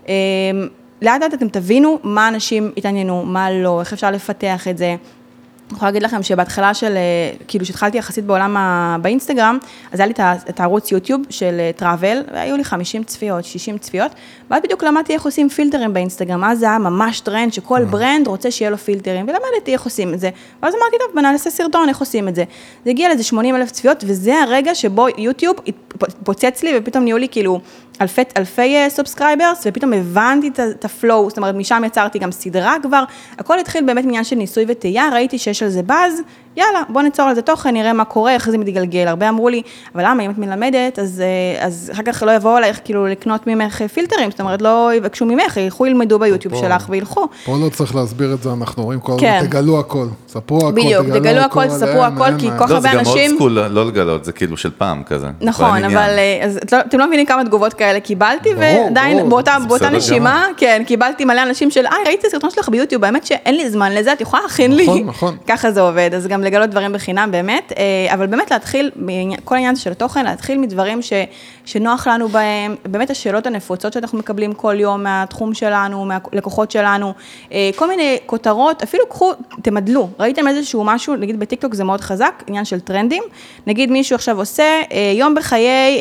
לאט לאט אתם תבינו מה אנשים התעניינו, מה לא, איך אפשר לפתח את זה. אני יכולה להגיד לכם שבהתחלה של, כאילו שהתחלתי יחסית בעולם באינסטגרם, אז היה לי את הערוץ יוטיוב של טראבל, והיו לי 50 צפיות, 60 צפיות, ואז בדיוק למדתי איך עושים פילטרים באינסטגרם, אז זה היה ממש טרנד שכל ברנד רוצה שיהיה לו פילטרים, ולמדתי איך עושים את זה, ואז אמרתי, טוב, נעשה סרטון, איך עושים את זה. זה הגיע לזה 80,000 צפיות, וזה הרגע שבו יוטיוב פוצץ לי, ופתאום נהיו לי כאילו אלפי סובסקרייברס, ופתאום הבנתי את הפלואו, זאת אומרת, משם יצרתי גם סדרה כבר, הכל התחיל באמת מעניין של ניסוי וטעייה, ראיתי שיש על זה באז, יאללה, בוא ניצור על זה תוכן, נראה מה קורה, איך זה מתגלגל, הרבה אמרו לי, אבל למה, אם את מלמדת, אז אחר כך לא יבואו עלייך, כאילו, לקנות ממך פילטרים, זאת אומרת, לא יבקשו ממך, ילכו ילמדו ביוטיוב שלך וילכו. פה לא צריך להסביר את זה, אנחנו רואים כל הזמן, תגלו הכל, ספרו הכל, בדיוק, תגלו הכל, תספרו הכל, כי כל הרבה אנשים... זה גם אולד סקול, לא לגלות, זה כאילו של פעם כזה. נכון, אבל אתם לא מבינים כמה תגובות כאלה קיבלתי, ועדיין באותה נשימה, כן, קיבלתי מלא אנשים של, ראיתי את הסרטון שלך ביוטיוב, האמת שאין לי זמן לזה, את יכולה להכין לי. נכון. ככה זה עובד, אז גם לגלות דברים בחינם באמת, אבל באמת להתחיל, כל העניין של התוכן, להתחיל מדברים שנוח לנו בהם, באמת השאלות הנפוצות שאנחנו מקבלים כל יום מהתחום שלנו, מהלקוחות שלנו, כל מיני כותרות, אפילו תמדלו, ראיתם איזשהו משהו, נגיד בטיקטוק זה מאוד חזק, עניין של טרנדים, נגיד מישהו עכשיו עושה יום בחיי,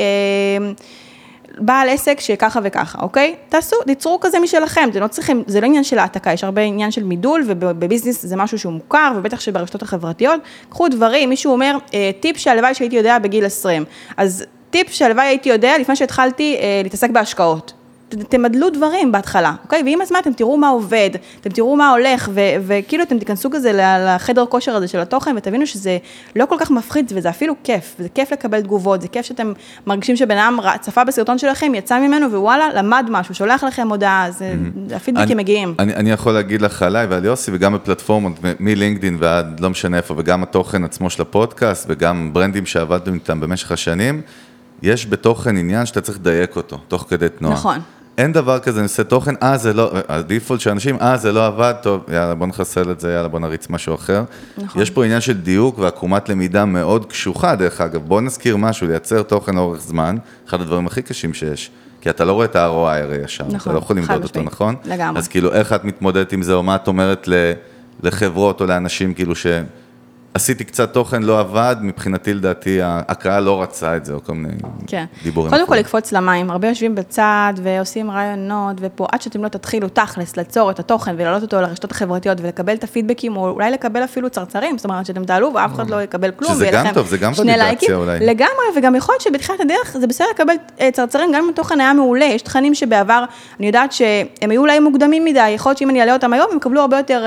בעל עסק שככה וככה, אוקיי? תיצרו כזה משלכם, זה לא עניין של העתקה, יש הרבה עניין של מידול, ובביזנס זה משהו שהוא מוכר, ובטח שברשתות החברתיות, קחו דברים, מישהו אומר, טיפ שהלוואי שהייתי יודע בגיל 20, אז טיפ שהלוואי הייתי יודע לפני שהתחלתי להתעסק בהשקעות. תמדלו דברים בהתחלה, אוקיי? ועם הזמן אתם תראו מה עובד, אתם תראו מה הולך, וכאילו אתם תיכנסו כזה לחדר כושר הזה של התוכן, ותבינו שזה לא כל כך מפחיד, וזה אפילו כיף, וזה כיף לקבל תגובות, זה כיף שאתם מרגישים שבן אדם צפה בסרטון שלכם, יצא ממנו, ווואלה, למד משהו, שולח לכם הודעה, זה הפידבקים מגיעים. אני יכול להגיד לך עליי ועל יוסי, וגם בפלטפורמות, מלינקדין ועד לא משנה איפה, וגם התוכן עצמו של הפודקאסט, וגם ברנדים שעבדנו איתם במשך השנים, יש בתוכן עניין שאתה צריך לדייק אותו, תוך כדי תנועה. נכון. אין דבר כזה, נעשה תוכן, זה לא, הדיפולט של אנשים, זה לא עבד, טוב, יאללה, בוא נחסל את זה, יאללה, בוא נריץ משהו אחר. נכון. יש פה עניין של דיוק ועקומת למידה מאוד קשוחה, דרך אגב, בוא נזכיר משהו, לייצר תוכן לאורך זמן, אחד הדברים הכי קשים שיש, כי אתה לא רואה את ה-ROI הרי ישר, נכון, אתה לא יכול למדוד אותו, נכון? לגמרי. אז כאילו, איך את מתמודדת עם זה, או מה את אומרת לחברות או לאנשים, כאילו עשיתי קצת תוכן, לא עבד, מבחינתי לדעתי, הקהל לא רצה את זה, או כל מיני דיבורים. קודם כל לקפוץ למים, הרבה יושבים בצד, ועושים רעיונות, ופה עד שאתם לא תתחילו תכלס, לעצור את התוכן, ולעלות אותו לרשתות החברתיות, ולקבל את הפידבקים, או אולי לקבל אפילו צרצרים, זאת אומרת שאתם תעלו, ואף אחד לא יקבל כלום, שזה גם טוב, זה גם ולידציה אולי. לגמרי, וגם יכול להיות שבתחילת הדרך, זה בסדר לקבל צרצרים, גם אם התוכן היה מעולה. יש תכנים שבעבר, אני יודעת שהם היו אולי מוקדמים מדי, יכול להיות שאם אני אעלה אותם היום, הם יקבלו הרבה יותר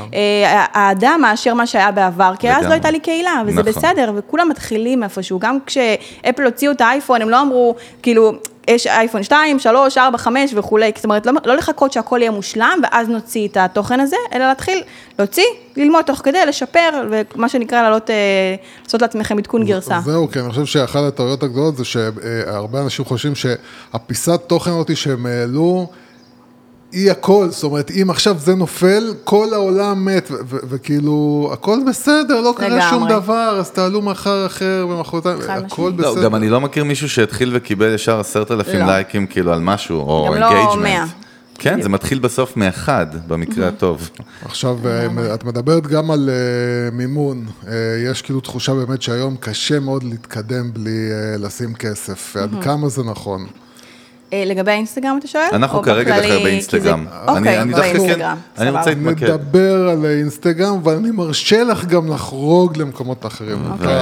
האדם מאשר מה שהיה בעבר, כי אז לא הייתה לי קהילה, וזה בסדר, וכולם מתחילים איפשהו, גם כשאפל הוציאו את האייפון, הם לא אמרו, כאילו, יש אייפון 2, 3, 4, 5 וכולי, זאת אומרת, לא לחכות שהכל יהיה מושלם, ואז נוציא את התוכן הזה, אלא להתחיל להוציא, ללמוד תוך כדי, לשפר, ומה שנקרא לעשות לעצמכם עדכון גרסה. זהו, כן, אני חושב שאחת הטעויות הגדולות זה שהרבה אנשים חושבים שהפיסת תוכן אותי שהם העלו, היא הכל, זאת אומרת, אם עכשיו זה נופל, כל העולם מת, וכאילו, הכל בסדר, לא קרה שום דבר, אז תעלו מחר אחר, ומחרתיים, הכל בסדר. גם אני לא מכיר מישהו שהתחיל וקיבל ישר 10,000 לייקים, כאילו, על משהו, או engagement. גם לא 100. כן, זה מתחיל בסוף מאחד, במקרה הטוב. עכשיו, את מדברת גם על מימון, יש כאילו תחושה באמת שהיום קשה מאוד להתקדם בלי לשים כסף, ועד כמה זה נכון? לגבי האינסטגרם אתה שואל? אנחנו כרגע אחרי באינסטגרם. אוקיי, באינסטגרם. אני רוצה להתמקד. נדבר על האינסטגרם, ואני מרשה לך גם לחרוג למקומות אחרים.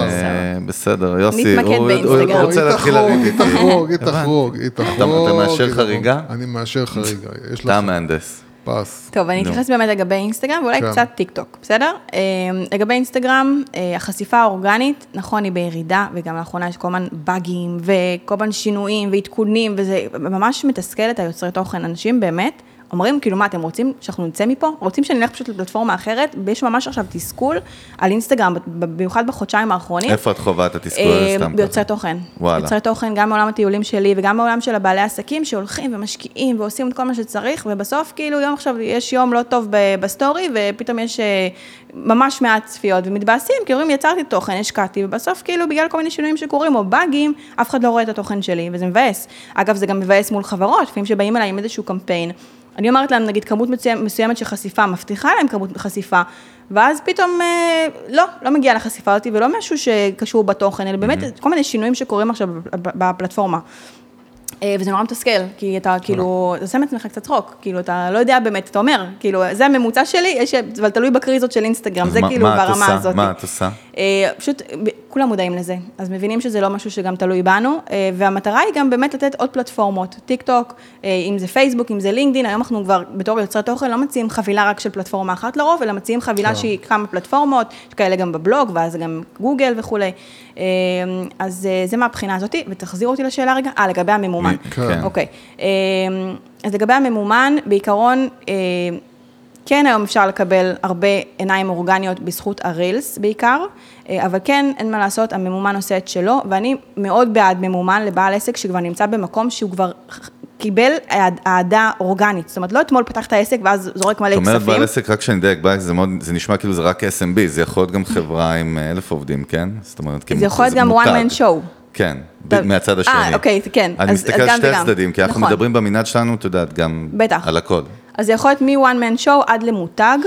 בסדר, יוסי, הוא רוצה להתחיל להריג איתי. היא תחרוג. אתה מאשר חריגה? אני מאשר חריגה. אתה מהנדס. פס. טוב, אני אתייחס באמת לגבי אינסטגרם, ואולי קצת טיק טוק, בסדר? לגבי אינסטגרם, החשיפה האורגנית, נכון, היא בירידה, וגם לאחרונה יש כל מיני באגים, וכל מיני שינויים ועדכונים, וזה ממש מתסכל את היוצרי תוכן. אנשים באמת אומרים, כאילו, מה, אתם רוצים שאנחנו נצא מפה? רוצים שנלך פשוט לפלטפורמה אחרת? ויש ממש עכשיו תסכול על אינסטגרם, במיוחד בחודשיים האחרונים. איפה את חובה את התסכול סתם? ביוצרי תוכן. וואלה. יוצרי תוכן, גם מעולם הטיולים שלי, וגם מעולם של הבעלי עסקים, שהולכים ומשקיעים, ועושים את כל מה שצריך, ובסוף, כאילו, יום עכשיו, יש יום לא טוב בסטורי, ופתאום יש ממש מעט צפיות, ומתבאסים, כי אומרים, יצרתי תוכן, השקעתי, ובסוף, כאילו, בגלל כל מיני שינויים שקורים, או באגים, אף אחד לא רואה את התוכן שלי, וזה מבאס. אגב, זה גם מבאס מול חברות, לפעמים שבאים אליי עם איזשהו קמפיין. אני אומרת להם, נגיד, כמות מסוימת של חשיפה, מבטיחה להם כמות חשיפה, ואז פתאום, לא מגיע לחשיפה אותי, ולא משהו שקשור בתוכן, אלא באמת כל מיני שינויים שקורים עכשיו בפלטפורמה. וזה נורא מתסכל, כי אתה כאילו, אתה שם את עצמך קצת צחוק, כאילו אתה לא יודע באמת, אתה אומר, כאילו, זה הממוצע שלי, אבל תלוי בקריזות של אינסטגרם, זה כאילו ברמה הזאת. מה את עושה? פשוט, כולם מודעים לזה, אז מבינים שזה לא משהו שגם תלוי בנו, והמטרה היא גם באמת לתת עוד פלטפורמות, טיק טוק, אם זה פייסבוק, אם זה לינקדין, היום אנחנו כבר בתור יוצרי תוכן לא מציעים חבילה רק של פלטפורמה אחת לרוב, אלא מציעים חבילה שהיא כמה פלטפורמות, כאלה גם בבלוג, ואז גם גוגל וכו'. אז זה מהבחינה הזאת, ותחזיר אותי לשאלה רגע, לגבי הממומן. אוקיי. אז לגבי הממומן, בעיקרון, כן היום אפשר לקבל הרבה עיניים אורגניות בזכות הרילס בעיקר, אבל כן, אין מה לעשות, הממומן עושה את שלו, ואני מאוד בעד ממומן לבעל עסק שכבר נמצא במקום שהוא כבר קיבל העדה אורגנית, זאת אומרת, לא אתמול פתח את העסק ואז זורק מלא כספים. זאת אומרת, בעל עסק, רק שאני דייק, זה נשמע כאילו זה רק SMB, זה יכול להיות גם חברה עם 1,000 עובדים, כן? זאת אומרת, זה יכול להיות גם one man show. כן, מהצד השני. אוקיי, כן. אני מסתכל על שתי הצדדים, כי אנחנו מדברים במנעד שלנו, אתה יודעת, גם על הכל. אז זה יכול להיות מ-one man show עד למותג,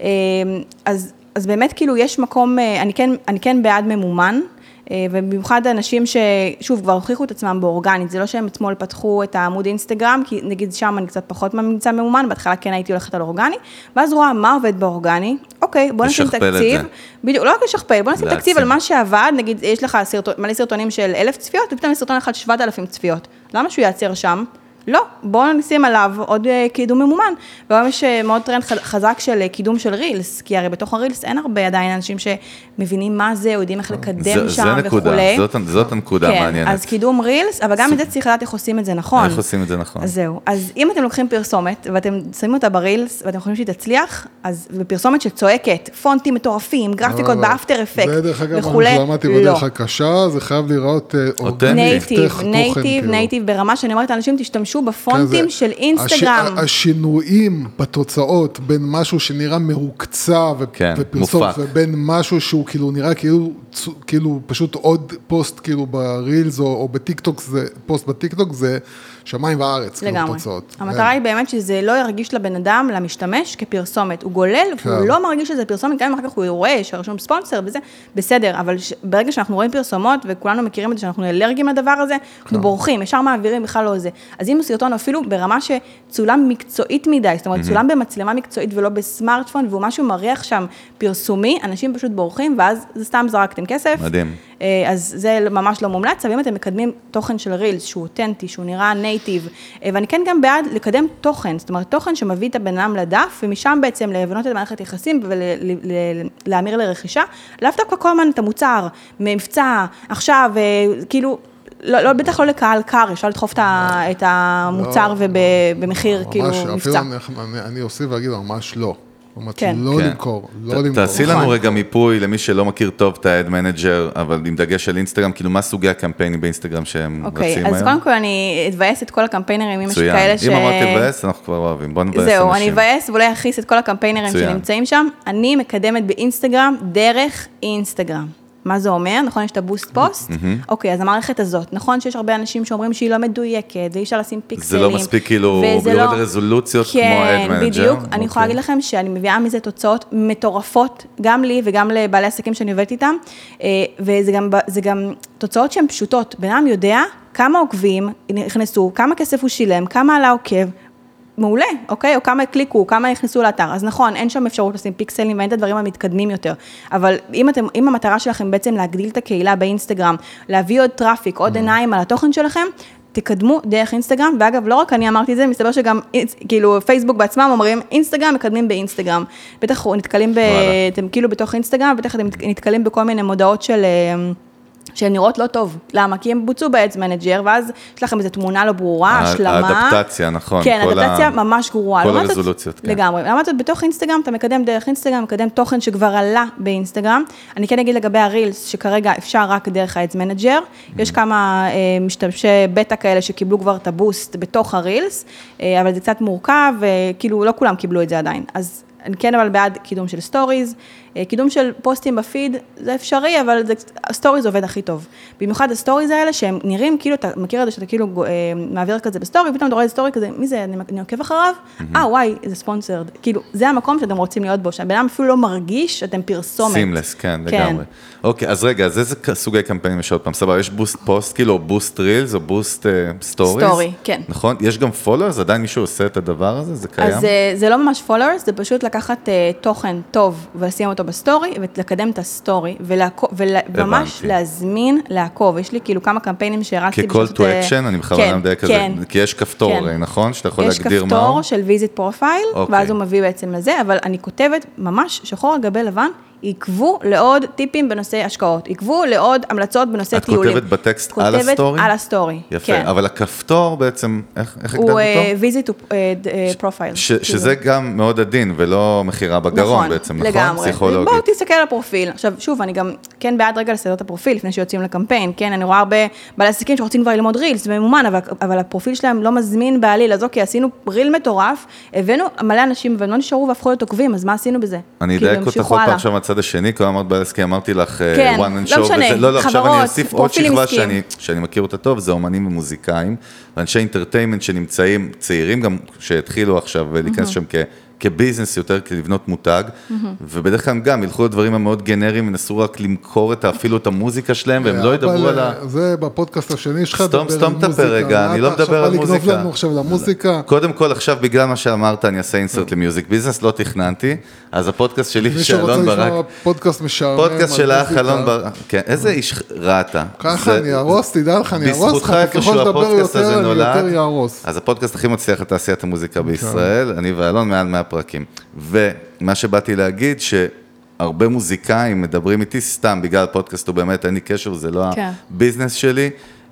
אז באמת כאילו יש מקום, אני כן בעד ממומן, ובמיוחד אנשים ששוב כבר הוכיחו את עצמם באורגנית, זה לא שהם אתמול פתחו את העמוד אינסטגרם, כי נגיד שם אני קצת פחות ממוצע ממומן, בהתחלה כן הייתי הולכת על אורגני, ואז רואה מה עובד באורגני, אוקיי, בוא נשים תקציב, בדיוק, לא רק לשכפל, בוא נשים תקציב על מה שעבד, נגיד יש לך מלא סרטונים של 1,000 צפיות, ופתאום יש סרטון אחד 7,000 צפיות, למה שהוא יעצר שם? לא, בואו נשים עליו עוד קידום ממומן, והיום יש מאוד טרנד חזק של קידום של רילס, כי הרי בתוך הרילס אין הרבה עדיין אנשים שמבינים מה זה, או יודעים איך לקדם שם וכולי. זאת הנקודה מעניינת. אז קידום רילס, אבל גם את זה צריך לדעת איך עושים את זה נכון. איך עושים את זה נכון. אז זהו, אז אם אתם לוקחים פרסומת, ואתם שמים אותה ברילס, ואתם חושבים שהיא תצליח, אז בפרסומת שצועקת, פונטים מטורפים, גרפיקות באפטר אפקט, זה דרך אגב, אני למדתי בדרך הקשה, זה חייב לראות נייטיב ברמה שאני אומרת, אנשים תשתמשו בפונטים של אינסטגרם. השינויים בתוצאות בין משהו שנראה מרוקצה ופרסום, ובין משהו שהוא כאילו נראה כאילו פשוט עוד פוסט כאילו ברילס או בטיקטוק, פוסט בטיקטוק זה שמיים וארץ, לגמרי. המטרה היא באמת שזה לא ירגיש לבן אדם, למשתמש, כפרסומת. הוא גולל, והוא לא מרגיש שזה פרסומת, גם אם אחר כך הוא רואה שרשום ספונסר וזה, בסדר, אבל ברגע שאנחנו רואים פרסומות, וכולנו מכירים את זה שאנחנו אלרגיים לדבר הזה, אנחנו בורחים, ישר מעבירים, בכלל לא זה. אז אם הוא סרטון אפילו ברמה שצולם מקצועית מדי, זאת אומרת, צולם במצלמה מקצועית ולא בסמארטפון, והוא משהו מריח שם פרסומי, אנשים פשוט בורחים, ואז זה סתם זרקתם כסף. מדהים. אז זה ממש לא מומלץ, אבל אם אתם מקדמים תוכן של רילס, שהוא אותנטי, שהוא נראה נייטיב, ואני כן גם בעד לקדם תוכן, זאת אומרת, תוכן שמביא את הבן אדם לדף, ומשם בעצם לבנות את מערכת יחסים ולהמיר לרכישה, לאו דווקא כל הזמן את המוצר, מבצע, עכשיו, כאילו, לא, בטח לא לקהל קר, אפשר לדחוף את המוצר ובמחיר כאילו מבצע. אפילו אני אוסיף ואגיד, ממש לא. לא למכור, לא למכור. תעשי לנו רגע מיפוי למי שלא מכיר טוב את האד מנג'ר, אבל עם דגש של אינסטגרם, כאילו מה סוגי הקמפיינים באינסטגרם שהם רצים היום? אוקיי, אז קודם כל אני אתבאס את כל הקמפיינרים, אם יש כאלה אם אמרתי לבאס, אנחנו כבר אוהבים, בוא נבאס אנשים. זהו, אני אתבאס ואולי אכניס את כל הקמפיינרים שנמצאים שם, אני מקדמת באינסטגרם דרך אינסטגרם. מה זה אומר? נכון, יש את הבוסט פוסט? אוקיי, אז המערכת הזאת, נכון שיש הרבה אנשים שאומרים שהיא לא מדויקת, ואי אפשר לשים פיקסלים. זה לא מספיק כאילו, ביורד רזולוציות כמו אד מנג'ר. כן, בדיוק. אני יכולה להגיד לכם שאני מביאה מזה תוצאות מטורפות, גם לי וגם לבעלי עסקים שאני עובדת איתם, וזה גם תוצאות שהן פשוטות. בן אדם יודע כמה עוקבים נכנסו, כמה כסף הוא שילם, כמה עלה עוקב, מעולה, אוקיי? או כמה הקליקו, כמה נכנסו לאתר. אז נכון, אין שם אפשרות לשים פיקסלים ואין את הדברים המתקדמים יותר. אבל אם המטרה שלכם בעצם להגדיל את הקהילה באינסטגרם, להביא עוד טראפיק, עוד עיניים על התוכן שלכם, תקדמו דרך אינסטגרם. ואגב, לא רק אני אמרתי את זה, מסתבר שגם, כאילו, פייסבוק בעצמם אומרים, אינסטגרם מקדמים באינסטגרם. בטח נתקלים אתם כאילו בתוך אינסטגרם, בטח אתם נתקלים בכל מיני מודעות של שהן נראות לא טוב. למה? כי הם בוצעו באדס מנג'ר, ואז יש לכם איזו תמונה לא ברורה, השלמה. האדפטציה, נכון. כן, האדפטציה ממש גרועה. כל הרזולוציות, כן. לגמרי. לעומת זאת, בתוך אינסטגרם, אתה מקדם דרך אינסטגרם, מקדם תוכן שכבר עלה באינסטגרם. אני כן אגיד לגבי הרילס, שכרגע אפשר רק דרך האדס מנג'ר. יש כמה משתמשי בטא כאלה שקיבלו כבר את הבוסט בתוך הרילס, אבל זה קצת מורכב, וכאילו לא כולם קיבלו את זה עדיין. אז אני כן אבל בעד קידום של סטוריז, קידום של פוסטים בפיד, זה אפשרי, אבל הסטוריז עובד הכי טוב. במיוחד הסטוריז האלה, שהם נראים, כאילו, אתה מכיר את זה שאתה כאילו מעביר כזה בסטורי, ופתאום אתה רואה את סטורי כזה, מי זה, אני עוקב אחריו? וואי, זה ספונסרד. כאילו, זה המקום שאתם רוצים להיות בו, שהבן אדם אפילו לא מרגיש שאתם פרסומת. סימלס, כן, לגמרי. אוקיי, אז רגע, אז איזה סוגי קמפיינים יש עוד פעם? סבבה, יש בוסט פוסט, כאילו, בוסט רילס, או בוסט סטוריז? סטורי, כן. נכון? יש גם פולוורס? עדיין מישהו עושה את הדבר הזה? זה קיים? אז זה לא ממש followers, זה פשוט לקחת תוכן טוב ולשים אותו בסטורי, ולקדם את הסטורי, וממש להזמין, לעקוב. יש לי כאילו כמה קמפיינים שהרצתי. כ-call to action, אני בכוונה מדייק כזה, כי יש כפתור, נכון? שאתה יכול להגדיר מהו? יש כפתור של visit profile, ואז הוא מביא בעצם לזה, אבל אני כותבת ממש שחור על גבי לבן, עקבו לעוד טיפים בנושא השקעות, עקבו לעוד המלצות בנושא טיולים. את כותבת בטקסט על הסטורי? כותבת על הסטורי, יפה, כן. אבל הכפתור בעצם, איך הגדרת אותו? הוא visit profile. שזה גם מאוד עדין, ולא מחירה בגרון בעצם, נכון? לגמרי. פסיכולוגית. בואו תסתכל על הפרופיל. עכשיו, שוב, אני גם כן בעד רגע לסדר את הפרופיל, לפני שיוצאים לקמפיין, כן, אני רואה הרבה בעלי עסקים שרוצים כבר ללמוד רילס וממומן, אבל הפרופיל שלהם לא מזמין בעליל, אז אוקיי, עשינו ריל מטורף, הבאנו מלא אנשים והם לא נשארו והפכו להיות עוקבים, אז מה עשינו בזה? אני אדייק אותך עוד פעם עכשיו מהצד השני, כי אמרת בעסקי, אמרתי לך כן, one and show, לא משנה, לא, עכשיו חברות, אני אוסיף עוד פרופילים שכבה עסקיים. שאני מכיר אותה טוב, זה אומנים ומוזיקאים, ואנשי אינטרטיימנט שנמצאים צעירים גם, שהתחילו עכשיו להיכנס שם כביזנס יותר, כלבנות מותג, ובדרך כלל גם ילכו לדברים המאוד גנריים, ונסו רק למכור אפילו את המוזיקה שלהם, והם לא ידברו על זה בפודקאסט השני שלך, סתום את הפרגע, אני לא מדבר על מוזיקה. לגנוב לנו עכשיו למוזיקה. קודם כל, עכשיו בגלל מה שאמרת, אני אעשה אינסרט למיוזיק ביזנס, לא תכננתי, אז הפודקאסט שלי, שאלון ברק, פודקאסט משעמם, פודקאסט שלך, אלון ברק, כן, איזה איש ראתה. ככה אני ארוס, תדע לך, אני ארוס לך, בזכותך איפשהו הפודקאסט הזה נולד, ירוס. אז הפודקאסט הכי מצליח לתעשיית המוזיקה בישראל, אני ואלון מעל 100 פרקים. ומה שבאתי להגיד, שהרבה מוזיקאים מדברים איתי סתם, בגלל הפודקאסט הוא באמת, אין לי קשר, זה לא הביזנס שלי,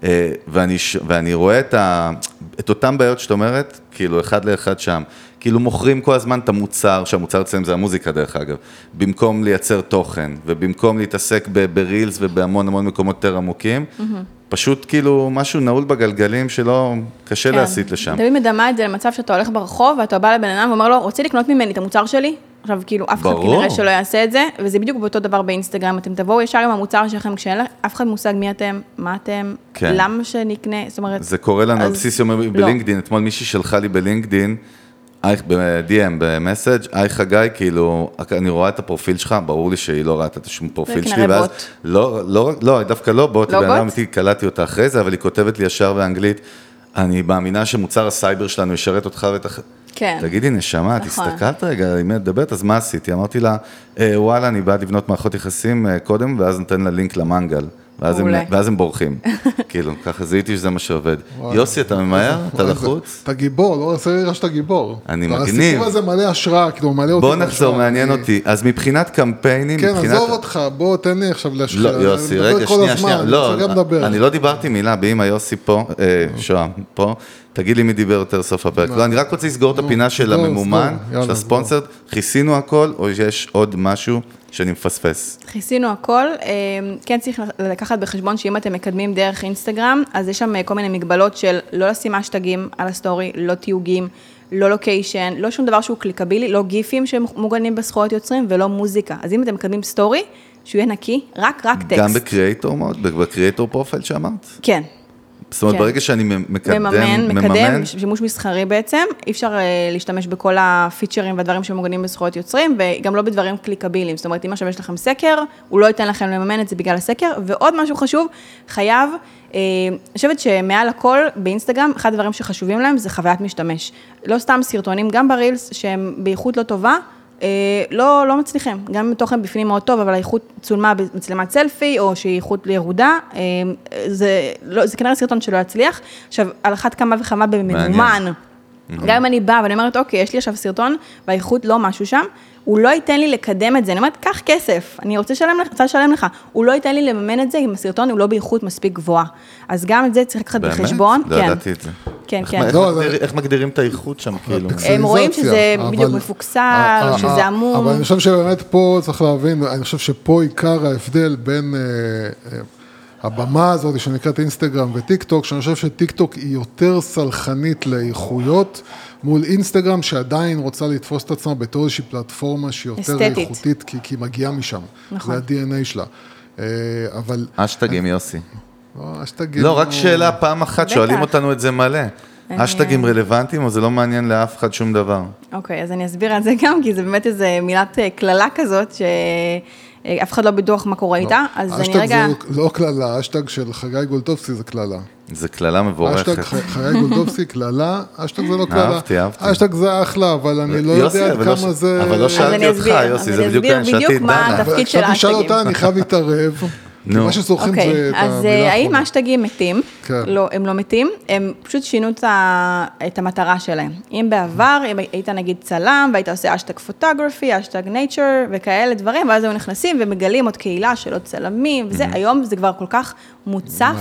ואני רואה את אותם בעיות שאת אומרת, כאילו אחד לאחד שם, כאילו מוכרים כל הזמן את המוצר, שהמוצר אצלם זה המוזיקה דרך אגב, במקום לייצר תוכן, ובמקום להתעסק ברילס ובהמון המון מקומות יותר עמוקים, פשוט כאילו משהו נעול בגלגלים שלא קשה להסיט לשם. תמיד מדמה את זה למצב שאתה הולך ברחוב, ואתה בא לבן אדם ואומר לו, רוצה לקנות ממני את המוצר שלי? עכשיו כאילו אף אחד כנראה שלא יעשה את זה, וזה בדיוק באותו דבר באינסטגרם, אתם תבואו ישר עם המוצר שלכם, כשאין אף אחד מושג מי אתם, מה אתם, למה שנקנה, זאת אומרת... זה קורה לנו על בסיס יומי בלינקדין, אתמול מישהי שלחה לי בלינקדין, ב-DM, במסאג', חגי, כאילו, אני רואה את הפרופיל שלך, ברור לי שהיא לא ראתה את השום פרופיל שלי, ואז, לא, דווקא לא בוט, קלטתי אותה אחרי זה, אבל היא כותבת לי ישר באנגלית, אני מאמינה שמוצר הסייבר שלנו ישרת אותך ואת כן. תגידי, נשמה, תסתכלת רגע, אם את מדברת, אז מה עשיתי? אמרתי לה, וואלה, אני בעד לבנות מערכות יחסים קודם, ואז נותן לה לינק למנגל. ואז הם בורחים. כאילו, ככה זיהיתי שזה מה שעובד. יוסי, אתה ממהר? אתה לחוץ? אתה גיבור, לא עושה לי שאתה גיבור. אני מגניב. הסיפור הזה מלא השראה, כאילו, מלא אותי. בוא נחזור, מעניין אותי. אז מבחינת קמפיינים, כן, עזוב אותך, בוא, תן לי עכשיו להשחיל. לא, יוסי, רגע, שנייה. לא, אני לא דיברתי מילה, באמא יוסי פה, שוהם, פה. תגיד לי מי דיבר יותר סוף הפרק. לא, אני רק רוצה לסגור את הפינה של הממומן, של הספונסר. כיסינו הכל, או יש עוד משהו שאני מפספס? כיסינו הכל. כן צריך לקחת בחשבון שאם אתם מקדמים דרך אינסטגרם, אז יש שם כל מיני מגבלות של לא לשים אשטגים על הסטורי, לא תיוגים, לא לוקיישן, לא שום דבר שהוא קליקבילי, לא גיפים שמוגנים בזכויות יוצרים, ולא מוזיקה. אז אם אתם מקדמים סטורי, שהוא יהיה נקי, רק טקסט. גם בקריאטור מוד? בקריאטור פרופיל שאמרת? כן. זאת אומרת, ברגע שאני מקדם שימוש מסחרי בעצם, אי אפשר להשתמש בכל הפיצ'רים והדברים שמוגנים בזכויות יוצרים, וגם לא בדברים קליקבילים. זאת אומרת, אם עכשיו יש לכם סקר, הוא לא ייתן לכם לממן את זה בגלל הסקר, ועוד משהו חשוב, חייב, אני חושבת שמעל הכל באינסטגרם, אחד הדברים שחשובים להם זה חוויית משתמש. לא סתם סרטונים, גם ברילס, שהם באיכות לא טובה, לא מצליחים, גם תוכן בפנים מאוד טוב, אבל האיכות צולמה במצלמת סלפי, או שהיא איכות לירודה, זה כנראה סרטון שלא יצליח. עכשיו, על אחת כמה וכמה בממומן, גם אם אני באה ואני אומרת, אוקיי, יש לי עכשיו סרטון, והאיכות לא משהו שם, הוא לא ייתן לי לקדם את זה, אני אומרת, קח כסף, אני רוצה לשלם לך, הוא לא ייתן לי לממן את זה, אם הסרטון הוא לא באיכות מספיק גבוהה. אז גם את זה צריך לקחת בחשבון. באמת? לא ידעתי את זה. כן, כן. איך מגדירים את האיכות שם, כאילו? הם רואים שזה בדיוק מפוקסל, שזה עמום. אבל אני חושב שבאמת פה צריך להבין, אני חושב שפה עיקר ההבדל בין הבמה הזאת שנקראת אינסטגרם וטיק טוק, שאני חושב שטיק טוק היא יותר סלחנית לאיכויות, מול אינסטגרם שעדיין רוצה לתפוס את עצמה בתור איזושהי פלטפורמה שהיא יותר איכותית, כי היא מגיעה משם. נכון. זה ה-DNA שלה. אבל... אשטגים, יוסי. אשטגים... לא, רק שאלה פעם אחת, שואלים אותנו את זה מלא. אשטגים רלוונטיים, או זה לא מעניין לאף אחד שום דבר? אוקיי, אז אני אסביר על זה גם, כי זה באמת איזו מילת כללה כזאת, שאף אחד לא בטוח מה קורה איתה, אז אני רגע... אשטג זה לא כללה, אשטג של חגי גולדובסקי זה כללה. זה כללה מבורכת. אשטג חגי גולדובסקי, כללה, אשטג זה לא כללה. אהבתי. אשטג זה אחלה, אבל אני לא יודע עד כמה זה... אבל לא שאלתי אותך, יוסי, זה בדיוק אני שאלתי את דנה. מה התפקיד של האשטגים. תשאל אותה, אני חייב להתערב. מה שזוכרים זה את המילה האחרונה. אז האם האשטגים מתים? לא, הם לא מתים, הם פשוט שינו את המטרה שלהם. אם בעבר, אם היית נגיד צלם, והיית עושה אשטג פוטוגרפי, אשטג נייצ'ר וכאלה דברים, ואז הם נכנסים ומגלים עוד קהילה של עוד צלמים, וזה, היום זה כבר כל כך מוצף,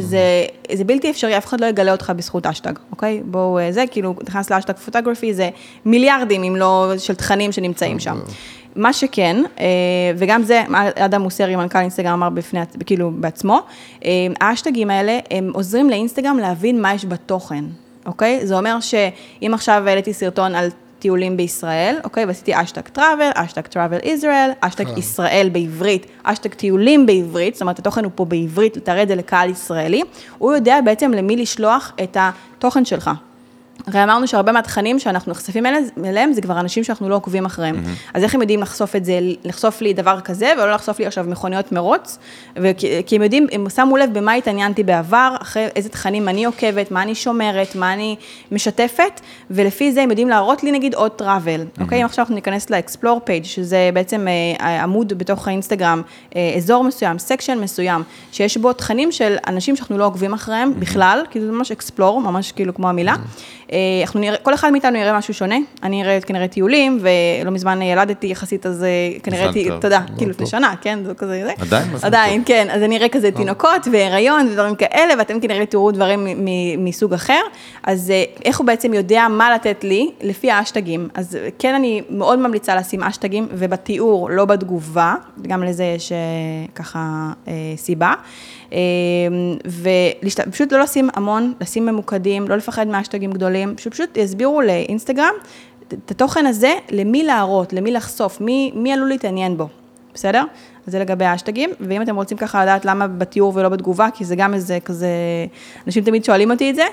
שזה בלתי אפשרי, אף אחד לא יגלה אותך בזכות אשטג, אוקיי? בואו, זה כאילו, נכנס לאשטג פוטוגרפי, זה מיליארדים, אם לא של תכנים שנמצאים שם. מה שכן, וגם זה, אדם מוסרי, מנכ"ל אינסטגרם אמר כאילו בעצמו, האשטגים האלה, הם עוזרים לאינסטגרם להבין מה יש בתוכן, אוקיי? זה אומר שאם עכשיו העליתי סרטון על טיולים בישראל, אוקיי? ועשיתי אשטג טראבל, אשטג טראבל ישראל, אשטג ישראל בעברית, אשטג טיולים בעברית, זאת אומרת, התוכן הוא פה בעברית, לתרד את זה לקהל ישראלי, הוא יודע בעצם למי לשלוח את התוכן שלך. הרי אמרנו שהרבה מהתכנים שאנחנו נחשפים אליהם, זה כבר אנשים שאנחנו לא עוקבים אחריהם. אז איך הם יודעים לחשוף את זה, לחשוף לי דבר כזה, ולא לחשוף לי עכשיו מכוניות מרוץ, כי הם יודעים, הם שמו לב במה התעניינתי בעבר, אחרי איזה תכנים אני עוקבת, מה אני שומרת, מה אני משתפת, ולפי זה הם יודעים להראות לי נגיד עוד טראבל. אוקיי, אם עכשיו אנחנו ניכנס לאקספלור פייג', שזה בעצם עמוד בתוך האינסטגרם, אזור מסוים, סקשן מסוים, שיש בו תכנים של אנשים שאנחנו לא עוקבים אחריהם בכלל, כי זה ממש אקספלור, ממש כאילו כמו המילה. אנחנו נראה, כל אחד מאיתנו יראה משהו שונה, אני אראה כנראה טיולים, ולא מזמן ילדתי יחסית, אז כנראה, תודה, כאילו לפני שנה, כן, זה כזה, עדיין, כן, אז אני אראה כזה תינוקות, והיריון, ודברים כאלה, ואתם כנראה תראו דברים מסוג אחר, אז איך הוא בעצם יודע מה לתת לי, לפי האשטגים, אז כן, אני מאוד ממליצה לשים אשטגים, ובתיאור, לא בתגובה, גם לזה יש ככה סיבה, ופשוט לא לשים המון, לשים ממוקדים, לא לפחד מהאשטגים גדולים, שפשוט יסבירו לאינסטגרם את התוכן הזה, למי להראות, למי לחשוף, מי עלול להתעניין בו, בסדר? אז זה לגבי האשטגים, ואם אתם רוצים ככה לדעת למה בתיאור ולא בתגובה, כי זה גם איזה כזה, אנשים תמיד שואלים אותי את זה,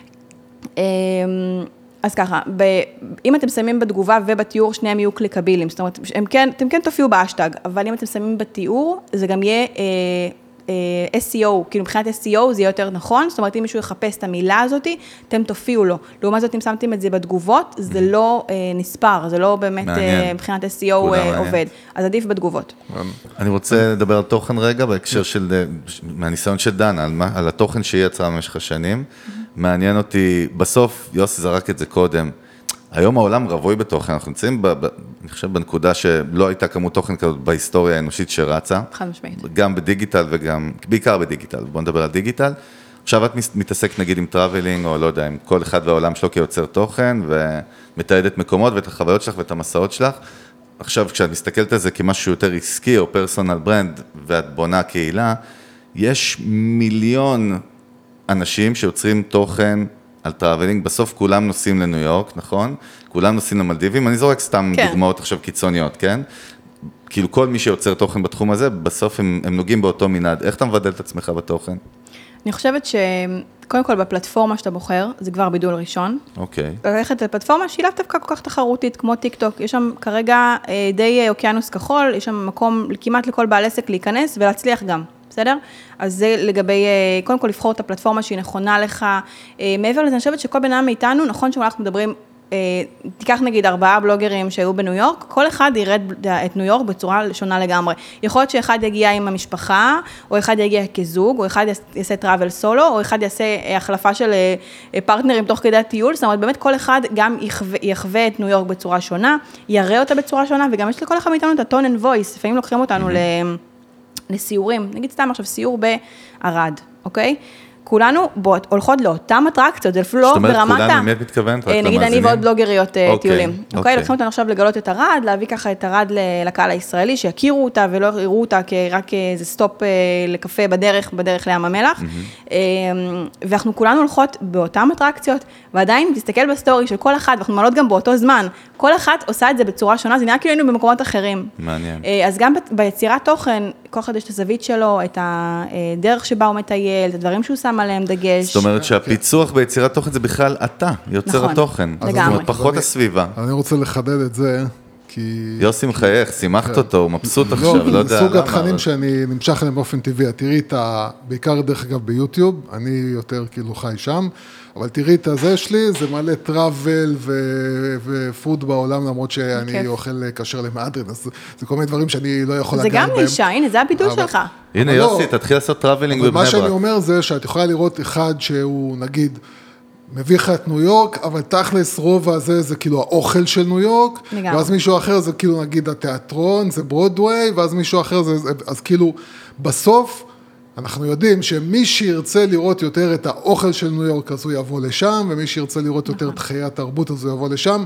אז ככה, אם אתם שמים בתגובה ובתיאור, שניהם יהיו קליקבילים, זאת אומרת, אתם כן תופיעו באשטג, אבל אם אתם שמים בתיאור, זה גם יהיה SEO, כאילו מבחינת SEO זה יהיה יותר נכון, זאת אומרת, אם מישהו יחפש את המילה הזאת, אתם תופיעו לו. לעומת זאת, אם שמתם את זה בתגובות, זה לא נספר, זה לא באמת מבחינת SEO עובד. אז עדיף בתגובות. אני רוצה לדבר על תוכן רגע, בהקשר של, מהניסיון של דנה, על התוכן שהיא יצרה במשך השנים. מעניין אותי, בסוף, יוסי זרק את זה קודם, היום העולם רווי בתוכן, אנחנו נמצאים, אני חושב, בנקודה שלא הייתה כמות תוכן כזאת בהיסטוריה האנושית שרצה. חד משמעית. גם בדיגיטל וגם, בעיקר בדיגיטל, בואו נדבר על דיגיטל. עכשיו את מתעסק נגיד עם טראבלינג, או לא יודע, עם כל אחד והעולם שלו כיוצר תוכן, ומתעדת מקומות ואת החוויות שלך ואת המסעות שלך. עכשיו, כשאת מסתכלת על זה כמשהו יותר עסקי, או פרסונל ברנד, ואת בונה קהילה, יש מיליון אנשים שיוצרים תוכן על טראבלינג, בסוף כולם נוסעים לניו יורק, נכון? כולם נוסעים למלדיבים, אני זורק סתם דוגמאות עכשיו קיצוניות, כן? כאילו כל מי שיוצר תוכן בתחום הזה, בסוף הם נוגעים באותו מנעד. איך אתה מבדל את עצמך בתוכן? אני חושבת שקודם כל בפלטפורמה שאתה בוחר, זה כבר בידול ראשון. אוקיי. ללכת לפלטפורמה שהיא לאו דווקא כל כך תחרותית, כמו טיק טוק. יש שם כרגע די אוקיינוס כחול, יש שם מקום כמעט לכל בעל עסק להיכנס ולהצליח גם. בסדר? אז זה לגבי, קודם כל לבחור את הפלטפורמה שהיא נכונה לך. מעבר לזה, אני חושבת שכל בן אדם מאיתנו, נכון שאנחנו מדברים תיקח נגיד 4 בלוגרים שהיו בניו יורק, כל אחד ירד את ניו יורק בצורה שונה לגמרי. יכול להיות שאחד יגיע עם המשפחה, או אחד יגיע כזוג, או אחד יעשה טראבל סולו, או אחד יעשה החלפה של פרטנרים תוך כדי הטיול, זאת אומרת, באמת כל אחד גם יחווה את ניו יורק בצורה שונה, יראה אותה בצורה שונה, וגם יש לכל אחד מאיתנו את הטון אנד וויס, לפעמים לוקחים אותנו לסיורים, נגיד סתם עכשיו סיור בערד, אוקיי? כולנו הולכות לאותם אטרקציות, זה אפילו לא ברמת זאת אומרת, כולנו, מי את מתכוונת? נגיד אני ועוד בלוגריות טיולים. אוקיי. לוקחים אותנו עכשיו לגלות את ערד, להביא ככה את ערד לקהל הישראלי, שיכירו אותה ולא יראו אותה רק איזה סטופ לקפה בדרך לים המלח. ואנחנו כולנו הולכות באותם אטרקציות, ועדיין תסתכל בסטורי של כל אחד, ואנחנו מעלות גם באותו זמן, כל אחת עושה את זה בצורה שונה, זה נראה כאילו היינו במקומות אחרים. מעניין. אז גם ביצירת תוכן, כל אחד יש את הזווית שלו, את הדרך שבה הוא מטייל, את הדברים שהוא שם עליהם דגש. זאת אומרת שהפיצוח ביצירת תוכן זה בכלל אתה, יוצר התוכן. לגמרי. זאת אומרת, פחות הסביבה. אני רוצה לחדד את זה, כי... יוסי מחייך, שימחת אותו, הוא מבסוט עכשיו, לא יודע למה. סוג התכנים שאני נמשך אליהם באופן טבעי, תראי את בעיקר דרך אגב ביוטיוב, אני יותר כאילו חי שם, אבל תראי את הזה שלי, זה מלא טראבל ופוד בעולם, למרות שאני אוכל קשר למהדרין, אז זה כל מיני דברים שאני לא יכול לגעת בהם. זה גם נישה, הנה, זה הבידול שלך. הנה יוסי, תתחיל לעשות טראבלינג בבני ברק. מה שאני אומר זה שאת יכולה לראות אחד שהוא נגיד, מביא לך את ניו יורק, אבל תכלס רוב הזה זה כאילו האוכל של ניו יורק, ואז מישהו אחר זה כאילו נגיד התיאטרון, זה ברודווי, ואז מישהו אחר זה, אז כאילו בסוף אנחנו יודעים שמי שירצה לראות יותר את האוכל של ניו יורק, אז הוא יבוא לשם, ומי שירצה לראות יותר את חיי התרבות, אז הוא יבוא לשם,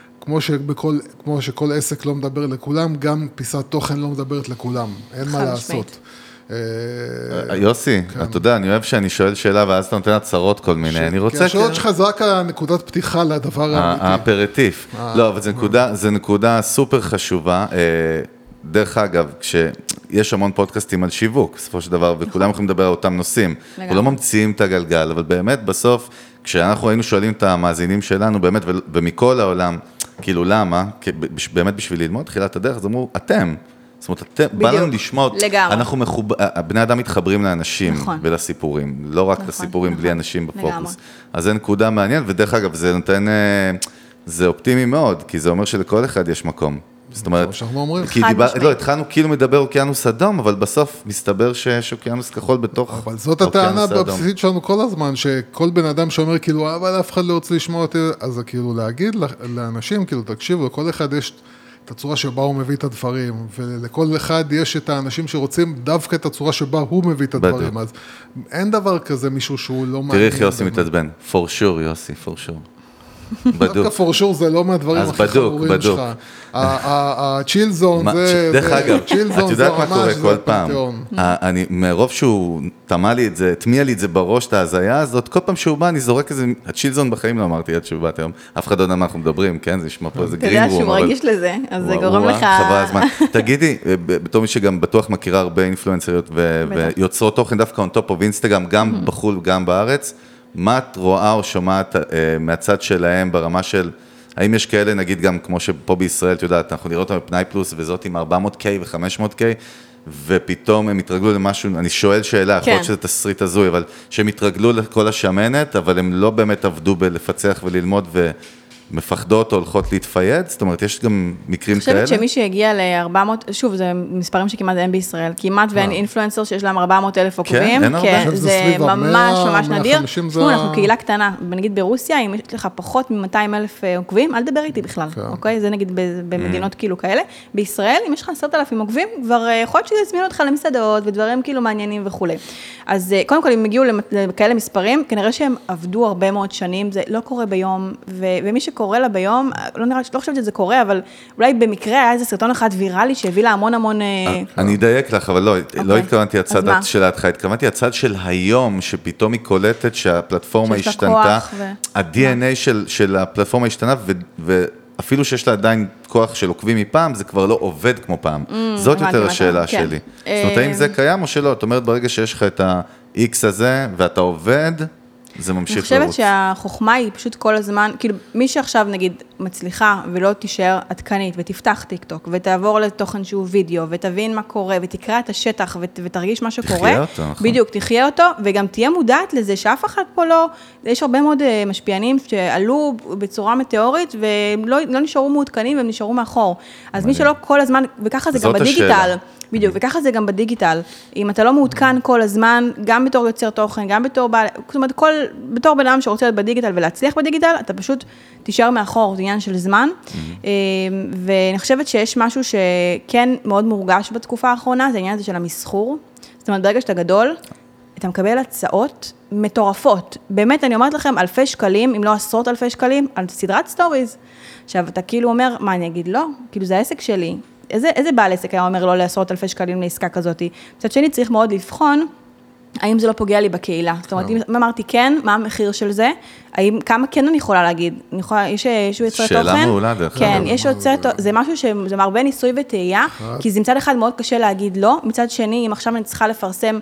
כמו שכל עסק לא מדבר לכולם, גם פיסת תוכן לא מדברת לכולם, אין מה לעשות. יוסי, אתה יודע, אני אוהב שאני שואל שאלה, ואז אתה נותן הצהרות כל מיני, אני רוצה... כי השאלות שלך זה רק הנקודת פתיחה לדבר האמיתי. האפרטיף. לא, אבל זו נקודה סופר חשובה. דרך אגב, כשיש המון פודקאסטים על שיווק, בסופו של דבר, וכולם יכולים לדבר על אותם נושאים. אנחנו לא ממציאים את הגלגל, אבל באמת בסוף, כשאנחנו היינו שואלים את המאזינים שלנו, באמת, ומכל העולם, כאילו למה, באמת בשביל ללמוד, תחילת הדרך, אז אמרו, אתם. זאת אומרת, בא לנו לשמוע, אנחנו בני אדם מתחברים לאנשים ולסיפורים, לא רק לסיפורים בלי אנשים בפוקוס. אז זה נקודה מעניינת, ודרך אגב, זה נותן, זה אופטימי מאוד, כי זה אומר שלכל אחד יש מקום. זאת אומרת, לא, התחלנו כאילו מדבר אוקיינוס אדום, אבל בסוף מסתבר שיש אוקיינוס כחול בתוך אוקיינוס אדום. אבל זאת הטענה בבסיסית שלנו כל הזמן, שכל בן אדם שאומר כאילו, אבל אף אחד לא רוצה לשמוע אותי, אז כאילו להגיד לאנשים, כאילו תקשיבו, לכל אחד יש את הצורה שבה הוא מביא את הדברים, ולכל אחד יש את האנשים שרוצים דווקא את הצורה שבה הוא מביא את הדברים, אז אין דבר כזה מישהו שהוא לא מעניין. תראי איך יוסי מתעצבן, for sure יוסי, for sure. דווקא for sure זה לא מהדברים הכי חמורים שלך. הצ'יל זון זה... דרך אגב, את יודעת מה קורה כל פעם. מרוב שהוא תמע לי את זה, תמיע לי את זה בראש, את ההזיה הזאת, כל פעם שהוא בא, אני זורק איזה... הצ'יל זון בחיים לא אמרתי עד שהוא בא היום. אף אחד לא יודע מה אנחנו מדברים, כן? זה נשמע פה איזה גרינג רום. אתה יודע שהוא רגיש לזה, אז זה גורם לך... חבל הזמן. תגידי, בתור מי שגם בטוח מכירה הרבה אינפלואנסריות ויוצרות תוכן דווקא on top of Instagram, גם בחול וגם בארץ, מה את רואה או שומעת מהצד שלהם ברמה של, האם יש כאלה, נגיד גם כמו שפה בישראל, את יודעת, אנחנו נראה אותם בפנאי פלוס, וזאת עם 400K ו-500K, ופתאום הם התרגלו למשהו, אני שואל שאלה, יכול להיות שזה תסריט הזוי, אבל שהם התרגלו לכל השמנת, אבל הם לא באמת עבדו בלפצח וללמוד מפחדות או הולכות להתפייד, זאת אומרת, יש גם מקרים כאלה. אני חושבת שמי שהגיע ל-400, שוב, זה מספרים שכמעט אין בישראל, כמעט ואין אינפלואנסר שיש להם 400,000 עוקבים, כן, זה ממש ממש נדיר. אנחנו קהילה קטנה, נגיד ברוסיה, אם יש לך פחות מ-200,000 עוקבים, אל תדבר איתי בכלל, אוקיי? זה נגיד במדינות כאילו כאלה. בישראל, אם יש לך 10,000 עוקבים, כבר יכול להיות שזה יזמין אותך למסעדות, ודברים כאילו מעניינים וכו'. אז קודם כל, אם הגיעו לכאלה מספרים, כנראה שהם עבדו הרבה מאוד שנים, זה לא קורה ביום, ומי שקורה לה ביום, לא חושבת שזה קורה, אבל אולי במקרה היה איזה סרטון אחד ויראלי שהביא לה המון המון... אני אדייק לך, אבל לא התכוונתי הצד שלך, התכוונתי הצד של היום, שפתאום היא קולטת שהפלטפורמה השתנתה, ה-DNA של הפלטפורמה השתנה, ואפילו שיש לה עדיין כוח של עוקבים מפעם, זה כבר לא עובד כמו פעם. זאת יותר השאלה שלי. זאת אומרת, האם זה קיים או שלא? את אומרת, ברגע שיש לך את ה-X הזה, ואתה עובד... זה ממשיך אני חושבת לרוץ. שהחוכמה היא פשוט כל הזמן, כאילו מי שעכשיו נגיד מצליחה ולא תישאר עדכנית ותפתח טיק טוק ותעבור לתוכן שהוא וידאו ותבין מה קורה ותקרא את השטח ותרגיש מה שקורה. תחיה אותו, נכון. בדיוק, תחיה אותו וגם תהיה מודעת לזה שאף אחד פה לא, יש הרבה מאוד משפיענים שעלו בצורה מטאורית ולא נשארו מעודכנים והם נשארו מאחור. אז מי שלא כל הזמן, וככה זה גם בדיגיטל. בדיוק, וככה זה גם בדיגיטל. אם אתה לא מעודכן כל הזמן, גם בתור יוצר תוכן, גם בתור בעל, זאת אומרת, בתור בן אדם שרוצה להיות בדיגיטל ולהצליח בדיגיטל, אתה פשוט תישאר מאחור, זה עניין של זמן. ואני חושבת שיש משהו שכן מאוד מורגש בתקופה האחרונה, זה העניין הזה של המסחור. זאת אומרת, ברגע שאתה גדול, אתה מקבל הצעות מטורפות. באמת, אני אומרת לכם, אלפי שקלים, אם לא עשרות אלפי שקלים, על סדרת סטוריז. עכשיו, אתה כאילו אומר, מה אני אגיד? לא, כאילו זה העסק שלי. איזה בעל עסק היה אומר לא לעשרות אלפי שקלים לעסקה כזאת? מצד שני, צריך מאוד לבחון, האם זה לא פוגע לי בקהילה. זאת אומרת, אם אמרתי כן, מה המחיר של זה? כמה כן אני יכולה להגיד? יש יוצרי תוכן? שאלה מעולה דרך. כן, יש יוצרי תוכן, זה משהו שזה הרבה ניסוי וטעייה, כי זה מצד אחד מאוד קשה להגיד לא, מצד שני, אם עכשיו אני צריכה לפרסם,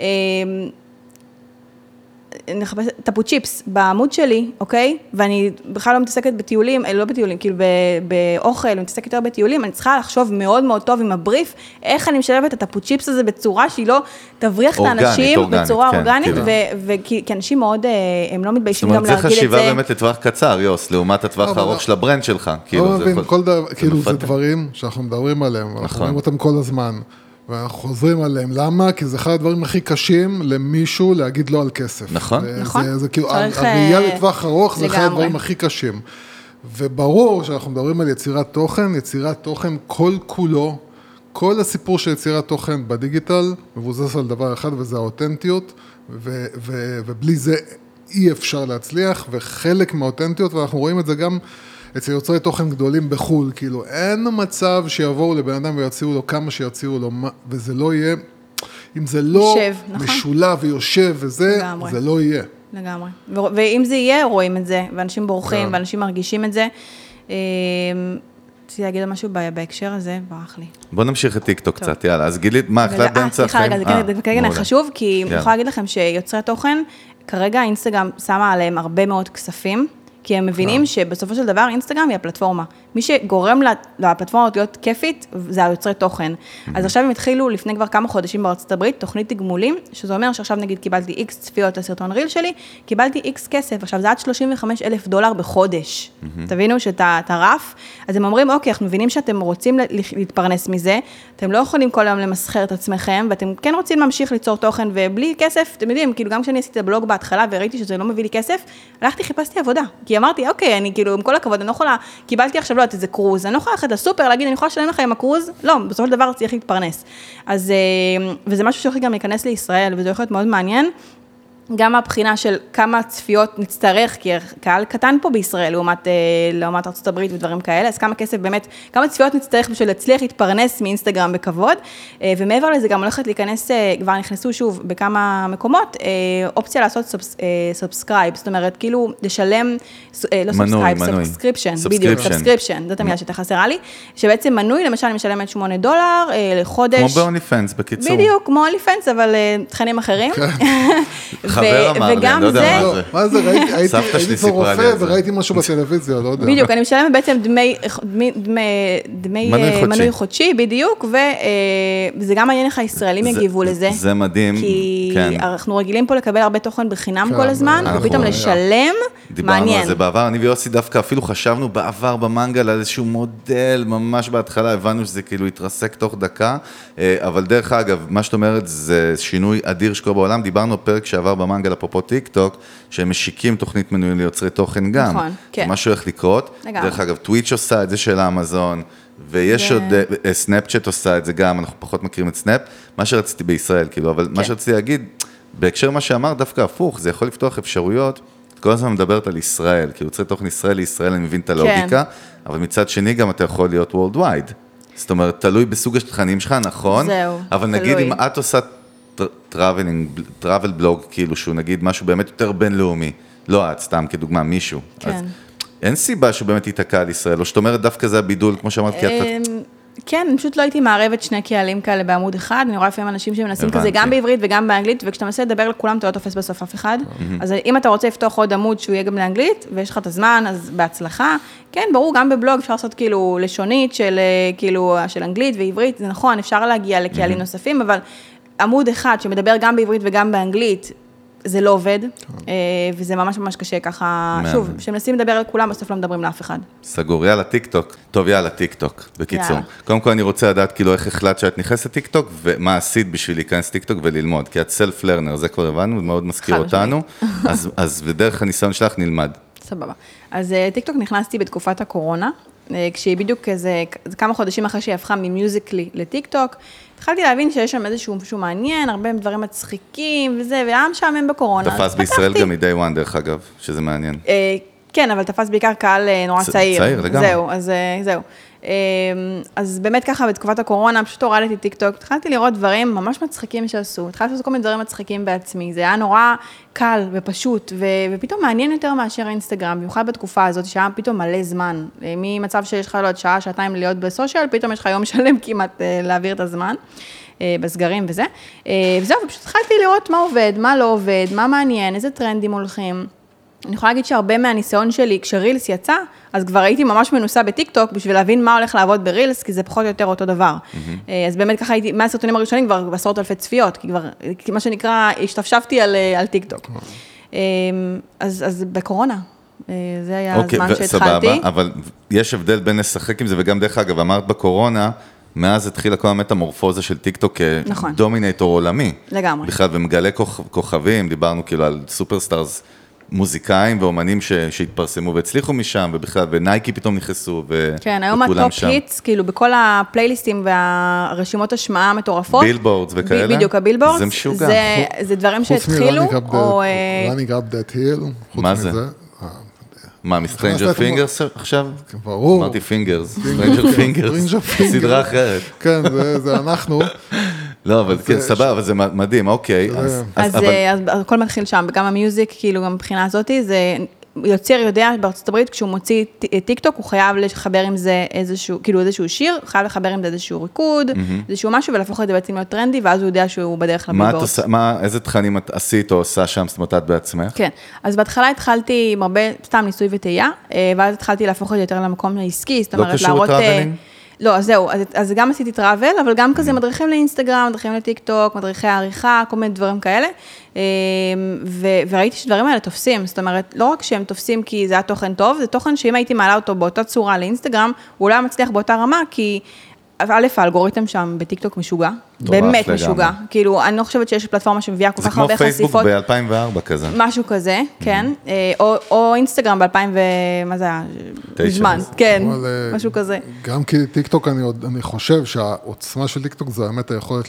נחפש טפו צ'יפס בעמוד שלי, אוקיי? ואני בכלל לא מתעסקת בטיולים, לא בטיולים, כאילו באוכל, אני מתעסקת יותר בטיולים, אני צריכה לחשוב מאוד מאוד טוב עם הבריף, איך אני משלבת את הטפו צ'יפס הזה בצורה שהיא לא תבריח את האנשים בצורה אורגנית, וכי אנשים מאוד, הם לא מתביישים גם להגיד את זה. זה חשיבה באמת לטווח קצר, יוס, לעומת הטווח הארוך של הברנד שלך. כאילו זה דברים שאנחנו מדברים עליהם, אנחנו רואים אותם כל הזמן. ואנחנו חוזרים עליהם. למה? כי זה אחד הדברים הכי קשים למישהו להגיד לא על כסף. נכון. זה כאילו, הראייה לטווח ארוך זה אחד הדברים הכי קשים. וברור שאנחנו מדברים על יצירת תוכן כל כולו, כל הסיפור של יצירת תוכן בדיגיטל מבוסס על דבר אחד, וזה האותנטיות, ובלי זה אי אפשר להצליח, וחלק מהאותנטיות, ואנחנו רואים את זה גם אצל יוצרי תוכן גדולים בחול, כאילו אין מצב שיבואו לבן אדם ויציעו לו כמה שיציעו לו, וזה לא יהיה, אם זה לא משולב ויושב וזה, זה לא יהיה. לגמרי. ואם זה יהיה, רואים את זה, ואנשים בורחים, ואנשים מרגישים את זה. רציתי להגיד משהו בהקשר הזה, ברח לי. בוא נמשיך את טיקטוק קצת, יאללה. אז גילית, מה, החלט באמצע החיים? סליחה, רגע, זה כרגע חשוב, כי אני יכולה להגיד לכם שיוצרי תוכן, כרגע אינסטגרם שמה עליהם הרבה מאוד כספים, כי הם מבינים שבסופו של דבר אינסטגרם היא הפלטפורמה. מי שגורם לפלטפורמות להיות כיפית, זה היוצרי תוכן. אז עכשיו הם התחילו לפני כבר כמה חודשים בארצות הברית, תוכנית תגמולים, שזה אומר שעכשיו נגיד קיבלתי X צפיות לסרטון ריל שלי, קיבלתי X כסף, עכשיו זה עד $35,000 בחודש. תבינו שאתה רף, אז הם אומרים, אוקיי, אנחנו מבינים שאתם רוצים להתפרנס מזה, אתם לא יכולים כל היום למסחר את עצמכם, ואתם כן רוצים להמשיך ליצור תוכן, ובלי כסף, אתם יודעים, כאילו גם כשאני עשיתי את הבלוג בהתחלה וראיתי שזה לא מביא לי כסף, הלכתי, חיפשתי עבודה. כי אמרתי, אוקיי, אני כאילו, עם כל הכבוד, אני לא יכולה, קיבלתי עכשיו לא, איזה קרוז, אני לא יכולה ללכת לסופר, להגיד, אני יכולה לשלם לך עם הקרוז? לא, בסופו של דבר צריך להתפרנס. אז, וזה משהו שיכול גם להיכנס לישראל, וזה יכול להיות מאוד מעניין. גם מהבחינה של כמה צפיות נצטרך, כי קהל קטן פה בישראל, לעומת ארצות הברית ודברים כאלה, אז כמה כסף באמת, כמה צפיות נצטרך בשביל להצליח להתפרנס מאינסטגרם בכבוד, ומעבר לזה גם הולכת להיכנס, כבר נכנסו שוב בכמה מקומות, אופציה לעשות סאבסקרייב, זאת אומרת, כאילו לשלם, לא סאבסקרייב, סאבסקריפשן, בדיוק, סאבסקריפשן, זאת המילה שתחסרה לי, שבעצם מנוי, למשל, אני משלמת $8 לחודש. כמו באוניפנס, בקיצור. בדיוק, כמו אוניפנס, אבל תכנים אחרים. חבר אמר לי, אני לא יודע מה זה. מה זה, הייתי פה רופא וראיתי משהו בטלוויזיה, לא יודע. בדיוק, אני משלמת בעצם דמי מנוי חודשי, בדיוק, וזה גם מעניין איך הישראלים יגיבו לזה. זה מדהים. כי אנחנו רגילים פה לקבל הרבה תוכן בחינם כל הזמן, ופתאום לשלם, מעניין. דיברנו על זה בעבר, אני ויוסי דווקא אפילו חשבנו בעבר במנגל על איזשהו מודל, ממש בהתחלה הבנו שזה כאילו התרסק תוך דקה, אבל דרך אגב, מה שאת אומרת זה שינוי אדיר שקורה בעולם, דיברנו פרק שעבר במנגל אפרופו טיק טוק, שהם משיקים תוכנית מנויים ליוצרי תוכן גם. נכון, כן. משהו הולך לקרות. דרך אגב, טוויץ' עושה את זה של האמזון, ויש עוד, סנאפצ'אט עושה את זה גם, אנחנו פחות מכירים את סנאפ, מה שרציתי בישראל, כאילו, אבל מה שרציתי להגיד, בהקשר מה שאמר, דווקא הפוך, זה יכול לפתוח אפשרויות, כל הזמן מדברת על ישראל, כי יוצרי תוכן לישראל, אני מבין את הלוגיקה, אבל מצד שני גם אתה יכול להיות worldwide. זאת אומרת, תלוי בסוג התכנים שלך, נכון? זהו, אבל נגיד אם את עושה טראבל בלוג, כאילו שהוא נגיד משהו באמת יותר בינלאומי, לא את, סתם כדוגמה, מישהו. כן. אז אין סיבה שהוא באמת ייתקע על ישראל, או שאת אומרת דווקא זה הבידול, כמו שאמרת, כי אתה... כן, אני פשוט לא הייתי מערבת שני קהלים כאלה בעמוד אחד, אני רואה לפעמים אנשים שמנסים כזה גם בעברית וגם באנגלית, וכשאתה מנסה לדבר לכולם, אתה לא תופס בסוף אף אחד. אז אם אתה רוצה לפתוח עוד עמוד שהוא יהיה גם לאנגלית, ויש לך את הזמן, אז בהצלחה. כן, ברור, גם בבלוג אפשר לעשות כאילו לשונית של אנגלית ועברית, זה נכון, אפשר להגיע לקהלים נוספים, אבל עמוד אחד שמדבר גם בעברית וגם באנגלית, זה לא עובד, וזה ממש ממש קשה ככה, שוב, כשמנסים לדבר על כולם, בסוף לא מדברים לאף אחד. סגור, יאללה, טיקטוק. טוב, יאללה, טיקטוק, בקיצור. קודם כל אני רוצה לדעת כאילו איך החלטת שאת נכנסת לטיקטוק, ומה עשית בשביל להיכנס טיקטוק וללמוד, כי את סלף לרנר, זה כבר הבנו, מאוד מזכיר אותנו, אז בדרך הניסיון שלך נלמד. סבבה. אז טיקטוק נכנסתי בתקופת הקורונה, כשהיא בדיוק איזה כמה חודשים אחרי שהיא הפכה ממיוזיקלי לטיקטוק, התחלתי להבין שיש שם איזשהו משהו מעניין, הרבה דברים מצחיקים וזה, והיה משעמם בקורונה. תפס בישראל גם מדי וואן, דרך אגב, שזה מעניין. כן, אבל תפס בעיקר קהל נורא צעיר. צעיר, לגמרי. זהו. אז באמת ככה בתקופת הקורונה, פשוט הורדתי טיקטוק, התחלתי לראות דברים ממש מצחיקים שעשו, התחלתי לעשות כל מיני דברים מצחיקים בעצמי, זה היה נורא קל ופשוט, ופתאום מעניין יותר מאשר האינסטגרם, במיוחד בתקופה הזאת, שהיה פתאום מלא זמן, ממצב שיש לך עוד שעה, שעתיים להיות בסושיאל, פתאום יש לך יום שלם כמעט להעביר את הזמן, בסגרים וזה, וזהו, ופשוט התחלתי לראות מה עובד, מה לא עובד, מה מעניין, איזה טרנדים הולכים. אני יכולה להגיד שהרבה מהניסיון שלי, כשרילס יצא, אז כבר הייתי ממש מנוסה בטיקטוק, בשביל להבין מה הולך לעבוד ברילס, כי זה פחות או יותר אותו דבר. אז באמת ככה הייתי, מהסרטונים הראשונים כבר בעשרות אלפי צפיות, כי כבר, מה שנקרא, השתפשפתי על טיקטוק. אז בקורונה, זה היה הזמן שהתחלתי. סבבה, אבל יש הבדל בין לשחק עם זה, וגם דרך אגב, אמרת בקורונה, מאז התחילה כל המטמורפוזה של טיקטוק כדומינטור עולמי. לגמרי. בכלל, ומגלה כוכבים, דיברנו כאילו על סופרסטארס, מוזיקאים ואומנים שהתפרסמו והצליחו משם, ובכלל, ונייקי פתאום נכנסו, כן, היום הטופ היטס, כאילו, בכל הפלייליסטים והרשימות השמעה המטורפות. בילבורדס וכאלה. בדיוק, הבילבורדס. זה משוגע. זה דברים שהתחילו, או... running up that hill, מה זה? מה, מסטרנג'ר פינגרס עכשיו? ברור. אמרתי פינגרס, סטרנג'ר פינגרס, סדרה אחרת. כן, זה אנחנו. לא, אבל כן, סבבה, אבל זה מדהים, אוקיי. אז הכל מתחיל שם, וגם המיוזיק, כאילו, גם מבחינה הזאת, זה יוצר יודע בארצות הברית, כשהוא מוציא טיקטוק, הוא חייב לחבר עם זה איזשהו שיר, חייב לחבר עם זה איזשהו ריקוד, איזשהו משהו, ולהפוך את זה בעצם להיות טרנדי, ואז הוא יודע שהוא בדרך לבילבורד. איזה תכנים את עשית או עושה שם, זאת אומרת, את בעצמך? כן, אז בהתחלה התחלתי עם הרבה, סתם ניסוי וטעייה, ואז התחלתי להפוך את זה יותר למקום העסקי, זאת אומרת, להראות... לא, אז זהו, אז גם עשיתי טראבל, אבל גם כזה מדריכים לאינסטגרם, מדריכים לטיקטוק, מדריכי העריכה, כל מיני דברים כאלה, וראיתי שדברים האלה תופסים, זאת אומרת, לא רק שהם תופסים כי זה היה תוכן טוב, זה תוכן שאם הייתי מעלה אותו באותה צורה לאינסטגרם, הוא לא היה מצליח באותה רמה, כי א', האלגוריתם שם בטיקטוק משוגע, באמת משוגע, כאילו, אני לא חושבת שיש פלטפורמה שמביאה כל כך הרבה חשיפות. זה כמו פייסבוק ב-2004 כזה. משהו כזה, כן, או אינסטגרם ב-2000 ומה זה היה? מזמן, כן, משהו כזה. גם כי טיקטוק, אני חושב שהעוצמה של טיקטוק זה באמת היכולת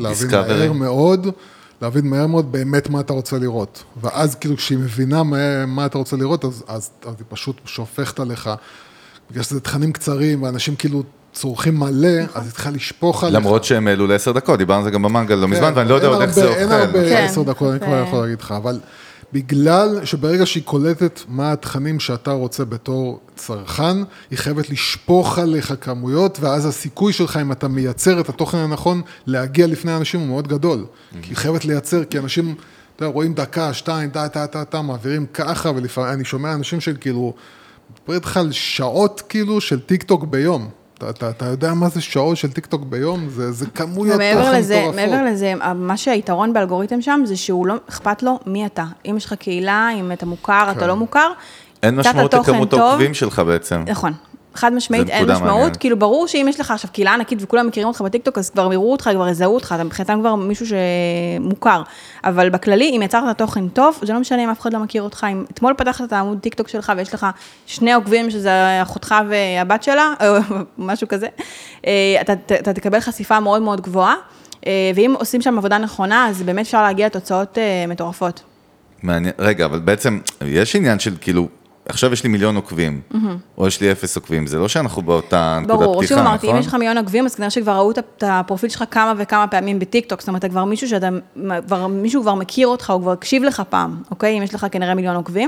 להבין מהר מאוד באמת מה אתה רוצה לראות. ואז כאילו כשהיא מבינה מה אתה רוצה לראות, אז היא פשוט שופכת עליך, בגלל שזה תכנים קצרים, ואנשים כאילו צורכים מלא, אז התחילה לשפוך עליך. למרות שהם העלו ל10 דקות, דיברנו על זה גם במנגל לא מזמן, ואני לא יודע עוד איך זה אוכל. אין הרבה 10 דקות, אני כבר יכול להגיד לך, אבל בגלל שברגע שהיא קולטת מה התכנים שאתה רוצה בתור צרכן, היא חייבת לשפוך עליך כמויות, ואז הסיכוי שלך, אם אתה מייצר את התוכן הנכון, להגיע לפני אנשים הוא מאוד גדול. כי היא חייבת לייצר, כי אנשים, אתה יודע, רואים דקה, 2, מעבירים ככה, ולפעמים אני שומע אנשים של כאילו, מדבר איתך על שעות כאילו של טיקטוק ביום. אתה יודע מה זה שעות של טיקטוק ביום? זה כמויות תוכן מטורפות. מעבר לזה, מה שהיתרון באלגוריתם שם, זה שהוא לא אכפת לו מי אתה. אם יש לך קהילה, אם אתה מוכר, אתה לא מוכר. אין משמעות לכמות העוקבים שלך בעצם. נכון. חד משמעית, אין משמעות, כאילו ברור שאם יש לך עכשיו קהילה ענקית וכולם מכירים אותך בטיקטוק, אז כבר יראו אותך, כבר יזהו אותך, אתה מבחינתם כבר מישהו שמוכר, אבל בכללי, אם יצרת תוכן טוב, זה לא משנה אם אף אחד לא מכיר אותך, אם אתמול פתחת את העמוד טיקטוק שלך, ויש לך 2 עוקבים, שזה אחותך והבת שלה, או משהו כזה, אתה תקבל חשיפה מאוד מאוד גבוהה, ואם עושים שם עבודה נכונה, אז באמת אפשר להגיע לתוצאות מטורפות. רגע, אבל בעצם, יש עניין של כאילו, עכשיו יש לי 1,000,000 עוקבים, או יש לי 0 עוקבים, זה לא שאנחנו באותה נקודת פתיחה, נכון? ברור, שוב אמרתי, אם יש לך 1,000,000 עוקבים, אז כנראה שכבר ראו את הפרופיל שלך כמה וכמה פעמים בטיקטוק, זאת אומרת, כבר מישהו כבר מכיר אותך, הוא כבר הקשיב לך פעם, אוקיי? אם יש לך כנראה 1,000,000 עוקבים,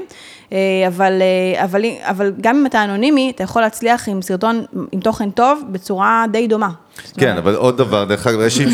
אבל גם אם אתה אנונימי, אתה יכול להצליח עם סרטון, עם תוכן טוב, בצורה די דומה. כן, אבל עוד דבר, דרך אגב, יש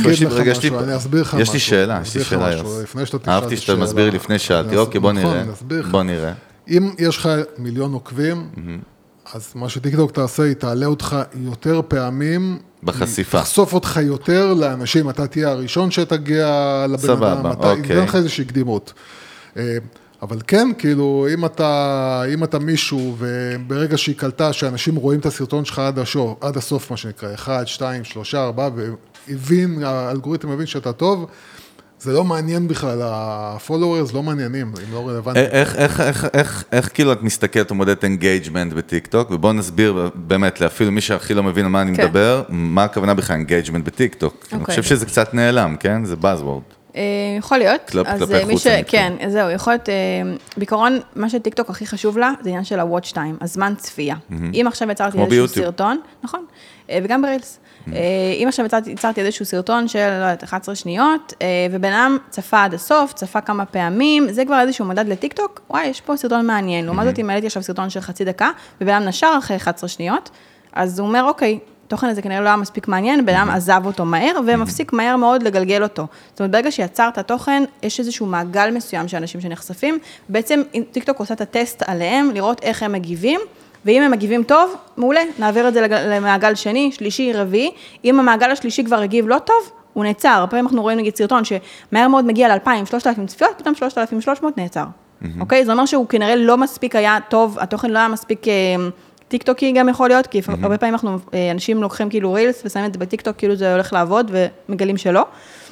לי שאלה, אהבתי שאתה מסביר לי לפני שאלתי, אוקיי, בוא נראה. אם יש לך 1,000,000 עוקבים, אז מה שטיקטוק תעשה, היא תעלה אותך יותר פעמים, בחשיפה. תחשוף אותך יותר לאנשים, אתה תהיה הראשון שתגיע לבן אדם, אתה יתן לך איזושהי קדימות. אבל כן, כאילו, אם אתה מישהו, וברגע שהיא קלטה שאנשים רואים את הסרטון שלך עד הסוף, מה שנקרא, 1, 2, 3, 4, האלגוריתם הבין שאתה טוב, זה לא מעניין בכלל, ה-followers לא מעניינים, הם לא רלוונטיים. איך כאילו את מסתכלת ומודדת engagement בטיקטוק, ובואו נסביר באמת, אפילו מי שהכי לא מבין על מה אני מדבר, מה הכוונה בכלל engagement בטיקטוק. אני חושב שזה קצת נעלם, כן? זה buzzword. יכול להיות. כלפי חוץ. כן, זהו, יכול להיות, בעיקרון, מה שטיקטוק הכי חשוב לה, זה עניין של ה-watch time, הזמן צפייה. אם עכשיו יצרתי איזשהו סרטון, נכון, וגם ברילס. אם עכשיו יצרתי איזשהו סרטון של 11 שניות, ובן אדם צפה עד הסוף, צפה כמה פעמים, זה כבר איזשהו מדד לטיקטוק, וואי, יש פה סרטון מעניין. לעומת זאת, אם העליתי עכשיו סרטון של חצי דקה, ובן אדם נשר אחרי 11 שניות, אז הוא אומר, אוקיי, התוכן הזה כנראה לא היה מספיק מעניין, בן אדם עזב אותו מהר, ומפסיק מהר מאוד לגלגל אותו. זאת אומרת, ברגע שיצרת תוכן, יש איזשהו מעגל מסוים של אנשים שנחשפים, בעצם טיקטוק עושה את הטסט עליהם, לראות איך הם מגיבים, ואם הם מגיבים טוב, מעולה, נעביר את זה למעגל שני, שלישי, רביעי. אם המעגל השלישי כבר הגיב לא טוב, הוא נעצר. פעמים אנחנו רואים נגיד סרטון שמהר מאוד מגיע ל2,000, 3,000 צפיות, פתאום 3,300 נעצר. אוקיי? זה אומר שהוא כנראה לא מספיק היה טוב, התוכן לא היה מספיק טיקטוקי גם יכול להיות, כי הרבה פעמים אנשים לוקחים כאילו רילס ושמים את זה בטיקטוק, כאילו זה הולך לעבוד ומגלים שלא.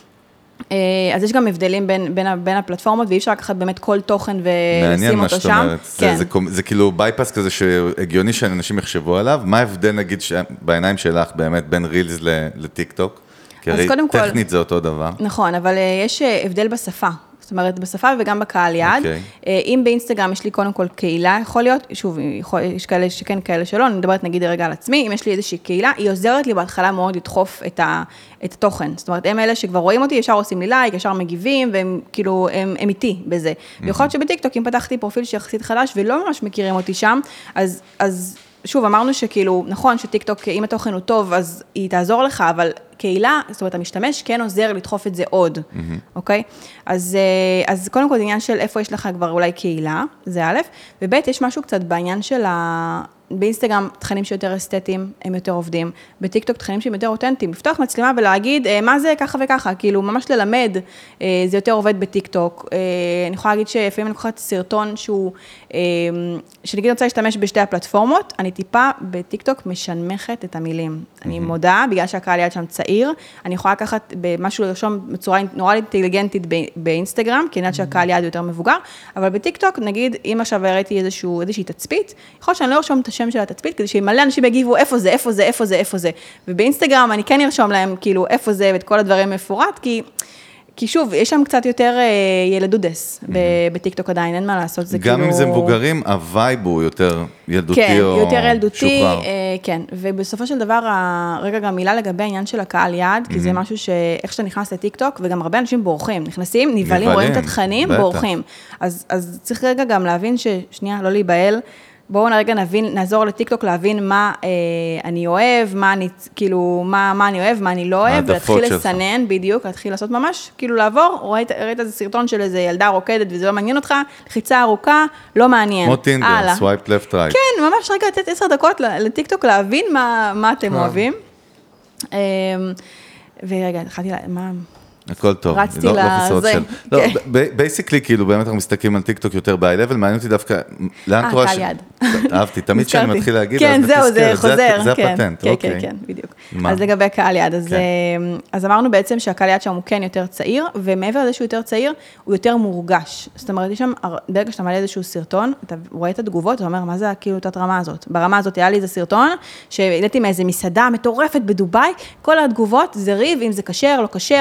אז יש גם הבדלים בין הפלטפורמות, ואי אפשר לקחת באמת כל תוכן ושים אותו שם. מעניין מה שאת אומרת, זה כאילו בייפס כזה שהגיוני שאנשים יחשבו עליו, מה ההבדל נגיד בעיניים שלך באמת בין רילס לטיקטוק? כי הרי טכנית זה אותו דבר. נכון, אבל יש הבדל בשפה. זאת אומרת, בשפה וגם בקהל יעד. אם באינסטגרם יש לי קודם כל קהילה, יכול להיות, שוב, יש כאלה שכן, כאלה שלא, אני מדברת נגיד רגע על עצמי, אם יש לי איזושהי קהילה, היא עוזרת לי בהתחלה מאוד לדחוף את התוכן. זאת אומרת, הם אלה שכבר רואים אותי, ישר עושים לי לייק, ישר מגיבים, והם כאילו, הם איתי בזה. ויכול להיות שבטיקטוק, אם פתחתי פרופיל שיחסית חדש, ולא ממש מכירים אותי שם, אז שוב, אמרנו שכאילו, נכון שטיקטוק, אם התוכן הוא טוב, אז היא תעזור לך, אבל קהילה, זאת אומרת, המשתמש כן עוזר לדחוף את זה עוד, אוקיי? אז קודם כל, זה עניין של איפה יש לך כבר אולי קהילה, זה א', וב' יש משהו קצת בעניין של באינסטגרם תכנים שיותר אסתטיים, הם יותר עובדים, בטיקטוק תכנים שהם יותר אותנטיים, לפתוח מצלמה ולהגיד, מה זה ככה וככה, כאילו ממש ללמד, זה יותר עובד בטיקטוק, אני יכולה להגיד שלפעמים אני לוקחת סרטון שהוא, שנגיד רוצה להשתמש בשתי הפלטפורמות, אני טיפה בטיקטוק משנמכת את המילים, אני מודה, בגלל שהקהל יעד שם צעיר, אני יכולה לקחת משהו לרשום בצורה נורא אינטליגנטית באינסטגרם, כי נראה שהקהל יעד יותר מבוגר, אבל בטיקטוק, נגיד, אם עכשיו הראיתי איזושהי תצפית, יכול להיות שאני לא ארשום את השם של התצפית, כדי שמלא אנשים יגיבו איפה זה, איפה זה, איפה זה, איפה זה. ובאינסטגרם אני כן ארשום להם כאילו איפה זה ואת כל הדברים מפורט, כי שוב, יש שם קצת יותר ילדודס בטיקטוק עדיין, אין מה לעשות, זה כאילו... גם אם זה מבוגרים, הווייב הוא יותר ילדותי כן, או יותר ילדותי, שוחרר. כן, ובסופו של דבר, רגע גם מילה לגבי העניין של הקהל יעד, כי זה משהו שאיך שאתה נכנס לטיקטוק, וגם הרבה אנשים בורחים, נכנסים, נבלים, רואים את התכנים, בורחים. אז צריך רגע גם להבין ששנייה, לא להיבהל, בואו רגע נעזור לטיקטוק להבין מה אני אוהב, מה אני אוהב, מה אני לא אוהב, ולהתחיל לסנן בדיוק, להתחיל לעשות ממש, כאילו לעבור, ראית איזה סרטון של איזה ילדה רוקדת, וזה לא מעניין אותך, לחיצה ארוכה, לא מעניין. כמו טינדר, סווייפ לפט רייט. כן, ממש רגע לתת 10 דקות לטיקטוק להבין מה אתם אוהבים. ורגע, התחלתי מה... הכל טוב, רצתי לא חסרות של. לא, בייסיקלי, כאילו, באמת אנחנו מסתכלים על טיקטוק יותר ב-high level, מעניין אותי דווקא, לאן תרואה יד. אהבתי, תמיד שאני מתחיל להגיד, כן, זהו, זה חוזר. זה הפטנט, אוקיי. כן, בדיוק. אז לגבי קהל יד, אז אמרנו בעצם שהקהל יד שם הוא כן יותר צעיר, ומעבר לזה שהוא יותר צעיר, הוא יותר מורגש. זאת אומרת, יש שם, ברגע שאתה מעלה איזשהו סרטון, אתה רואה את התגובות, אתה אומר, מה זה כאילו את הרמה הזאת? ברמה הזאת היה לי איזה סרטון, שהעליתי מאיזה מסעדה מטורפת בדובאי, כל התגובות זה ריב, אם זה כשר, לא כשר, מה אכפת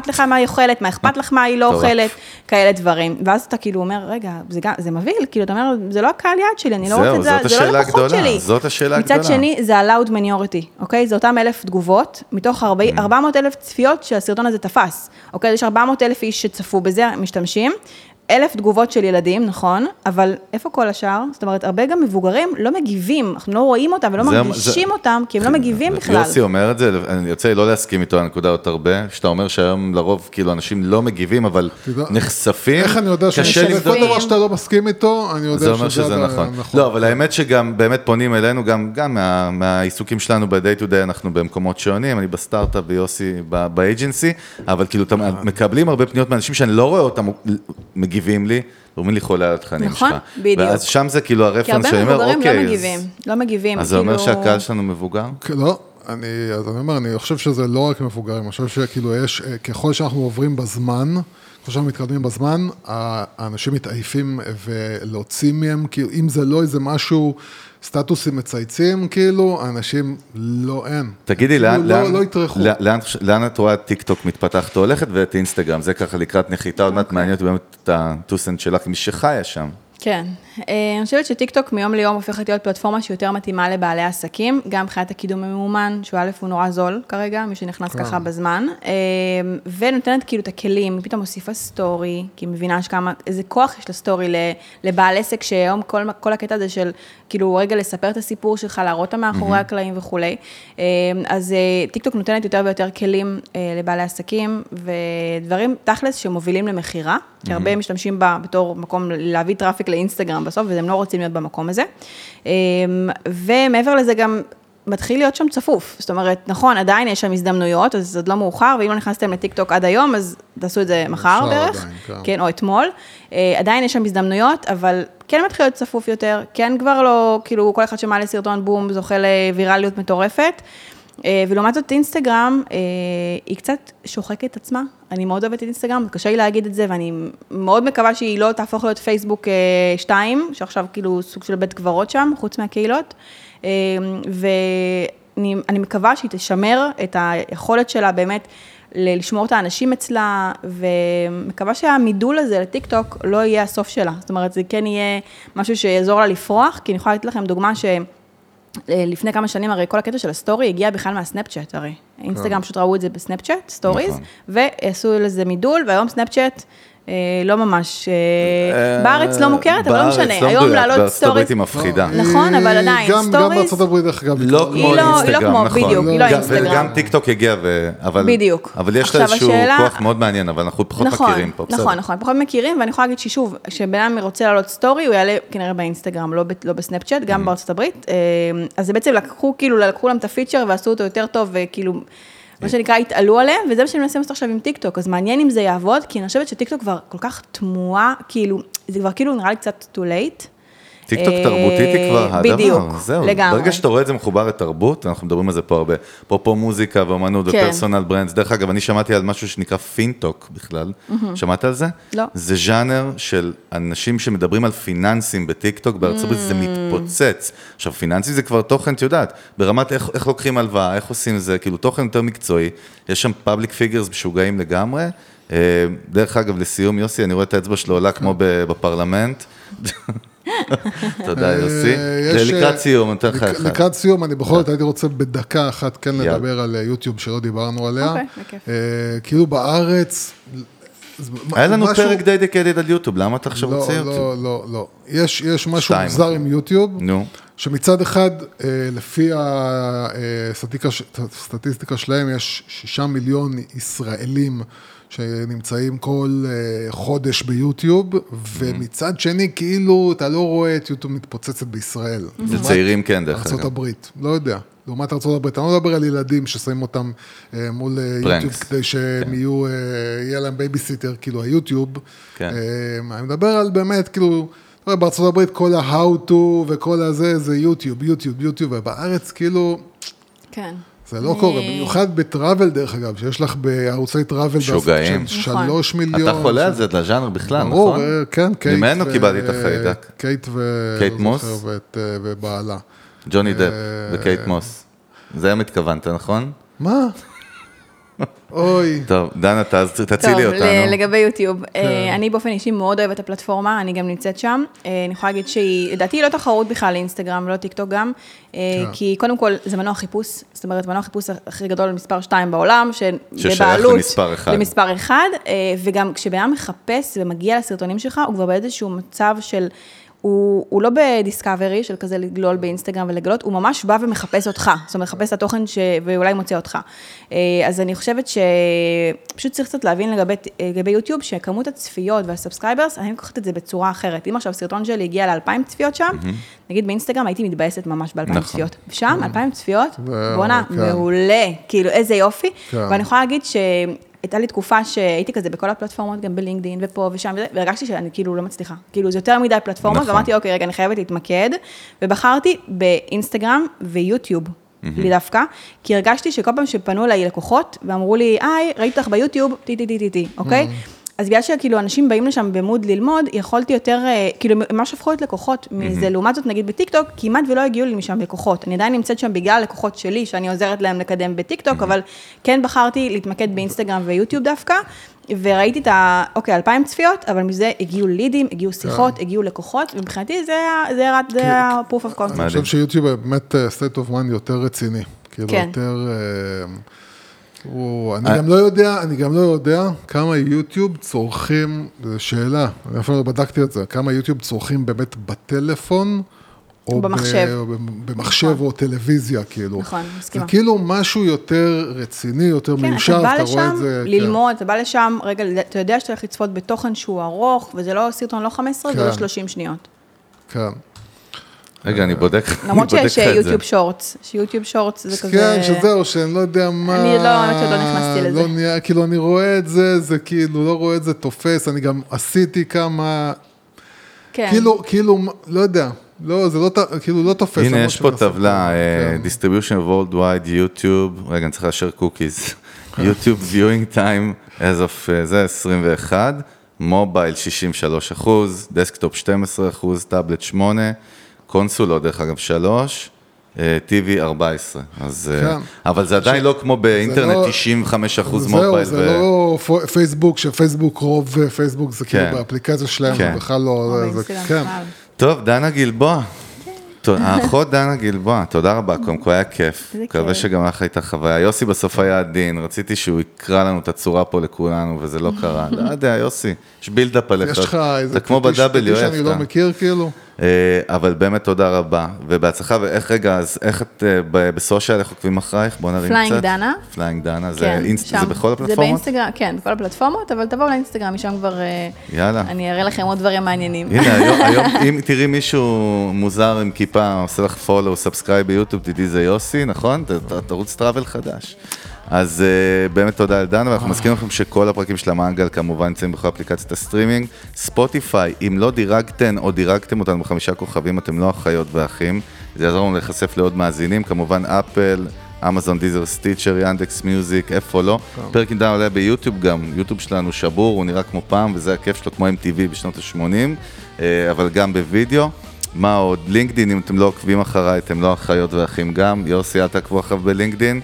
אכפת לך מה היא אוכלת, מה אכפת לך מה היא לא אוכלת, כאלה דברים. ואז אתה כאילו אומר, רגע, זה מבהיל, כאילו אתה אומר, זה לא הקהל יעד שלי, אני לא רוצה את זה, זה לא לקוחות שלי. זאת השאלה הגדולה. מצד שני, זה ה-loud minority, אוקיי? זה אותם 1,000 תגובות, מתוך 400,000 צפיות שהסרטון הזה תפס, אוקיי? יש 400,000 איש שצפו בזה, משתמשים, 1,000 תגובות של ילדים, נכון, אבל איפה כל השאר? זאת אומרת, הרבה גם מבוגרים לא מגיבים, אנחנו לא רואים אותם ולא מרגישים אותם, כי הם לא מגיבים בכלל. יוסי אומר את זה, אני יוצא לא להסכים איתו הנקודה עוד הרבה, שאתה אומר שהיום לרוב כאילו אנשים לא מגיבים, אבל נחשפים. איך אני יודע כל דבר שאתה לא מסכים איתו, אני יודע שזה נכון. לא, אבל האמת שגם באמת פונים אלינו, גם מהעיסוקים שלנו ב-day to day, אנחנו במקומות שונים, אני בסטארט-אפ ויוסי באג'נסי, אבל כאילו מקבלים הרבה פניות מאנשים שאני לא רואה אותם מגיבים לי, אומרים לי חולה על התכנים שלך. נכון, בדיוק. ואז שם זה כאילו הרפרנס שאני אומר, אוקיי. כי הרבה מבוגרים לא מגיבים. אז זה אומר שהקהל שלנו מבוגר? לא, אז אני אומר, אני חושב שזה לא רק מבוגרים, אני חושב שכאילו יש, ככל שאנחנו עוברים בזמן, ככל שאנחנו מתקדמים בזמן, האנשים מתעייפים ולהוציא מהם, כאילו אם זה לא איזה משהו, סטטוסים מצייצים, כאילו, האנשים אין. תגידי, לא יתרחו. לאן את רואה טיק טוק מתפתחת או הולכת ואת אינסטגרם? זה ככה לקראת נחיתה, עוד מעט מעניין אותי באמת את הטוסנט שלך, מי שחיה שם. כן, אני חושבת שטיק טוק מיום ליום הופכת להיות פלטפורמה שיותר מתאימה לבעלי עסקים, גם מבחינת הקידום הממומן, שהוא א' הוא נורא זול כרגע, מי שנכנס ככה בזמן, ונותנת כאילו את הכלים, פתאום מוסיפה סטורי, כי מבינה איזה כוח יש לסטורי לבעל עסק, שהיום כל הקטע הזה של כאילו רגע לספר את הסיפור שלך, להראות אותם מאחורי הקלעים וכולי, אז טיק טוק נותנת יותר ויותר כלים לבעלי עסקים, ודברים תכלס שמובילים למחירה, כי הרבה משתמשים בה בתור מקום להביא טראפיק לאינסטגרם בסוף, והם לא רוצים להיות במקום הזה. ומעבר לזה גם מתחיל להיות שם צפוף. זאת אומרת, נכון, עדיין יש שם הזדמנויות, אז זה עוד לא מאוחר, ואם לא נכנסתם לטיק טוק עד היום, אז תעשו את זה מחר דרך, כן, או אתמול. עדיין יש שם הזדמנויות, אבל כן מתחיל להיות צפוף יותר, כן כבר לא, כאילו, כל אחד שמעלה סרטון בום, זוכה לווירליות מטורפת. ולעומת זאת אינסטגרם, היא קצת שוחקת את עצמה, אני מאוד אוהבת את אינסטגרם, קשה לי להגיד את זה, ואני מאוד מקווה שהיא לא תהפוך להיות פייסבוק 2, שעכשיו כאילו סוג של בית קברות שם, חוץ מהקהילות, ואני מקווה שהיא תשמר את היכולת שלה באמת, לשמור את האנשים אצלה, ומקווה שהמידול הזה לטיק טוק לא יהיה הסוף שלה, זאת אומרת, זה כן יהיה משהו שיעזור לה לפרוח, כי אני יכולה לתת לכם דוגמה לפני כמה שנים, הרי כל הקטע של הסטורי הגיע בכלל מהסנאפצ'אט, הרי. אינסטגרם פשוט ראו את זה בסנאפצ'אט, סטוריז, ועשו לזה מידול, והיום סנאפצ'אט לא ממש, בארץ לא מוכרת, אבל לא משנה, היום לעלות בארצות סטוריז. הברית היא מפחידה. נכון, אבל עדיין, סטוריז. גם בארצות הברית, דרך אגב. לא כמו אינסטגרם, נכון. בדיוק, היא לא אינסטגרם. וגם טיק טוק הגיע, בדיוק. אבל יש לה איזשהו כוח מאוד מעניין, אבל אנחנו פחות מכירים פה. נכון, פחות מכירים, ואני יכולה להגיד ששוב, שבן אדם רוצה לעלות סטורי, הוא יעלה כנראה באינסטגרם, לא בסנאפצ'אט, גם בארצות הברית. אז בעצם לקחו להם את הפיצ'ר ועשו אותו יותר טוב, וכאילו מה שנקרא, התעלו עליהם, וזה מה שאני מנסה לעשות עכשיו עם טיק טוק, אז מעניין אם זה יעבוד, כי אני חושבת שטיק טוק כבר כל כך תמוהה, כאילו, זה כבר כאילו נראה לי קצת too late. טיק טוק תרבותית היא כבר הדבר, בדיוק, לגמרי. ברגע שאתה רואה את זה מחובר לתרבות, אנחנו מדברים על זה פה הרבה, פה מוזיקה ואומנות ופרסונל ברנדס, דרך אגב, אני שמעתי על משהו שנקרא פינטוק בכלל, שמעת על זה? לא. זה ז'אנר של אנשים שמדברים על פיננסים בטיק טוק, בארצות הברית זה מתפוצץ. עכשיו, פיננסי זה כבר תוכן, את יודעת, ברמת איך לוקחים הלוואה, איך עושים זה, כאילו תוכן יותר מקצועי, יש שם פאבליק פיגרס משוגעים לגמרי, דרך אגב, לסיום, יוסי, אני רואה את האצבע שלו עולה כמו בפרלמנט. תודה, יוסי. לקראת סיום, אני אתן לך אחד. לקראת סיום, אני בכל זאת הייתי רוצה בדקה אחת כן לדבר על יוטיוב שלא דיברנו עליה. כאילו בארץ... היה לנו פרק דדיקייטד על יוטיוב, למה אתה עכשיו רוצה יוטיוב? לא, לא. יש משהו מוזר עם יוטיוב, שמצד אחד, לפי הסטטיסטיקה שלהם, יש 6 מיליון ישראלים שנמצאים כל חודש ביוטיוב, ומצד שני, כאילו, אתה לא רואה את יוטיוב מתפוצצת בישראל. זה צעירים כן, דרך אגב. ארצות הברית, לא יודע. לעומת ארצות הברית, אני לא מדבר על ילדים ששמים אותם מול יוטיוב, כדי שהם יהיה להם בייביסיטר, כאילו היוטיוב. אני מדבר על באמת, כאילו, בארצות הברית כל ה-how to וכל הזה, זה יוטיוב, ובארץ כאילו... כן. זה לא קורה, במיוחד בטראבל דרך אגב, שיש לך בערוצי טראבל שוגעים. 3 מיליון. אתה חולה על זה, לז'אנר בכלל, נכון? ברור, כן, קייט. ממנו קיבלתי את החיידק. קייט מוס? אוי. טוב, דנה, תצילי אותנו. טוב, לגבי יוטיוב. אני באופן אישי מאוד אוהבת את הפלטפורמה, אני גם נמצאת שם. אני יכולה להגיד שהיא, לדעתי, לא תחרות בכלל לאינסטגרם ולא טיקטוק גם, כי קודם כל זה מנוע חיפוש, זאת אומרת, מנוע חיפוש הכי גדול מספר 2 בעולם, ששייך למספר 1. למספר 1, וגם כשבן מחפש ומגיע לסרטונים שלך, הוא כבר באיזשהו מצב של... הוא לא בדיסקאברי של כזה לגלול באינסטגרם ולגלות, הוא ממש בא ומחפש אותך, זאת אומרת, מחפש את התוכן ואולי מוצא אותך. אז אני חושבת שפשוט צריך קצת להבין לגבי יוטיוב, שכמות הצפיות והסאבסקרייברס, אני לוקחת את זה בצורה אחרת. אם עכשיו סרטון שלי הגיע ל2,000 צפיות שם, נגיד באינסטגרם הייתי מתבאסת ממש ב2,000 צפיות. ושם 2,000 צפיות, בונה, מעולה, כאילו איזה יופי. ואני יכולה להגיד הייתה לי תקופה שהייתי כזה בכל הפלטפורמות, גם בלינקדין ופה ושם, והרגשתי שאני כאילו לא מצליחה. כאילו זה יותר מדי פלטפורמות, ואמרתי, אוקיי, רגע, אני חייבת להתמקד, ובחרתי באינסטגרם ויוטיוב, לי דווקא, כי הרגשתי שכל פעם שפנו אליי לקוחות, ואמרו לי, ראיתי אותך ביוטיוב, אוקיי? אז בגלל שכאילו אנשים באים לשם במוד ללמוד, יכולתי יותר, כאילו ממש הפכו את לקוחות מזה, לעומת זאת נגיד בטיקטוק, כמעט ולא הגיעו לי משם לקוחות. אני עדיין נמצאת שם בגלל לקוחות שלי, שאני עוזרת להם לקדם בטיקטוק, אבל כן בחרתי להתמקד באינסטגרם ויוטיוב דווקא, וראיתי את 2,000 צפיות, אבל מזה הגיעו לידים, הגיעו שיחות, הגיעו לקוחות, ובחינתי זה ה-proof of concept. אני חושב שיוטיוב באמת state of mind יותר רציני, כאילו יותר... אני גם לא יודע כמה יוטיוב צורכים, זו שאלה, אני אפילו בדקתי את זה, כמה יוטיוב צורכים באמת בטלפון, או במחשב או טלוויזיה, כאילו. נכון, מסכימה. זה כאילו משהו יותר רציני, יותר מיושב, אתה רואה את זה. ללמוד, אתה בא לשם, רגע, אתה יודע שאתה הולך לצפות בתוכן שהוא ארוך, וזה לא סרטון לא 15, זה לא 30 שניות. כן. רגע, אני בודק לך את זה. למרות שיש יוטיוב שורטס, זה כזה... כן, שזהו, שאני לא יודע מה... אני לא נכנסתי לזה. כאילו, אני רואה את זה, זה כאילו, לא רואה את זה תופס, אני גם עשיתי כמה... כן. כאילו, לא יודע, זה לא, כאילו, לא תופס. הנה, יש פה טבלה, distribution worldwide, YouTube, רגע, אני צריך לאשר קוקיז. YouTube viewing time, as of זה 21, מובייל 63%, דסקטופ 12%, טאבלט 8%, קונסולות, דרך אגב, 3, TV 14. אבל זה עדיין לא כמו באינטרנט 95% מובייל. זה לא פייסבוק, שפייסבוק רוב פייסבוק זה כאילו באפליקציה שלהם, זה בכלל לא... טוב, דנה גלבוע. האחות דנה גלבוע, תודה רבה, קודם כל היה כיף. מקווה שגם לך הייתה חוויה. יוסי בסוף היה עדין, רציתי שהוא יקרא לנו את הצורה פה לכולנו, וזה לא קרה. לא יודע, יוסי, יש בילדאפ עליך. יש לך איזה פטיש שאני לא מכיר, כאילו. אבל באמת תודה רבה, ובהצלחה, ואיך רגע, אז איך את בסושיאל, איך עוקבים אחרייך? בוא נרים קצת. פליינג דנה. פליינג דנה, זה בכל הפלטפורמות? זה באינסטגרם, כן, בכל הפלטפורמות, אבל תבואו לאינסטגרם, משם כבר, אני אראה לכם עוד דברים מעניינים. הנה, היום, אם תראי מישהו מוזר עם כיפה, עושה לך פולו, סאבסקרייב ביוטיוב, תדעי זה יוסי, נכון? תרוץ טראבל חדש. אז באמת תודה לדנה, ואנחנו מזכירים לכם שכל הפרקים של המנגל כמובן נמצאים בכל אפליקציית הסטרימינג. ספוטיפיי, אם לא דירגתם או דירגתם אותנו ב5 כוכבים, אתם לא אחיות ואחים, זה יעזור לנו לחשף לעוד מאזינים, כמובן אפל, אמזון, דיזר, סטיצ'ר, ינדקס מיוזיק, איפה לא. פרק עם דנה עולה ביוטיוב גם, יוטיוב שלנו שבור, הוא נראה כמו פעם, וזה הכיף שלו כמו MTV בשנות ה-80, אבל גם בווידאו. מה עוד? לינקדין, אם אתם לא עוקבים אחריי, אתם לא אחיות ואחים גם. יוסי, אל תעקבו אחריו בלינקדין.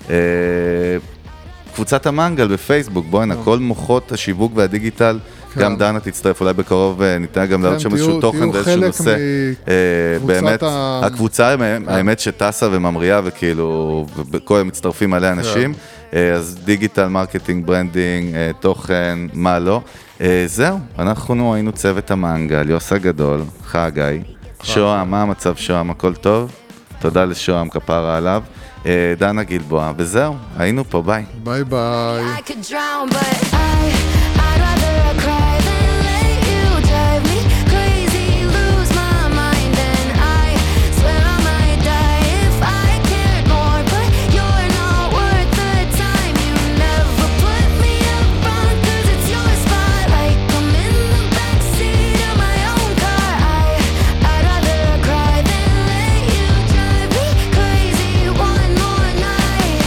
קבוצת המנגל בפייסבוק, בואי כל מוחות השיווק והדיגיטל, גם דנה תצטרף, אולי בקרוב ניתן גם לעוד שם איזשהו תוכן ואיזשהו נושא. באמת, הקבוצה האמת שטסה וממריאה וכאילו, בכל הם מצטרפים עליה אנשים, אז דיגיטל, מרקטינג, ברנדינג, תוכן, מה לא. זהו, אנחנו היינו צוות המנגל, יוסי גדול, חגי, שוהם, מה המצב שוהם, הכל טוב? תודה לשוהם, כפרה עליו. דנה גלבוע, וזהו, היינו פה, ביי. ביי ביי.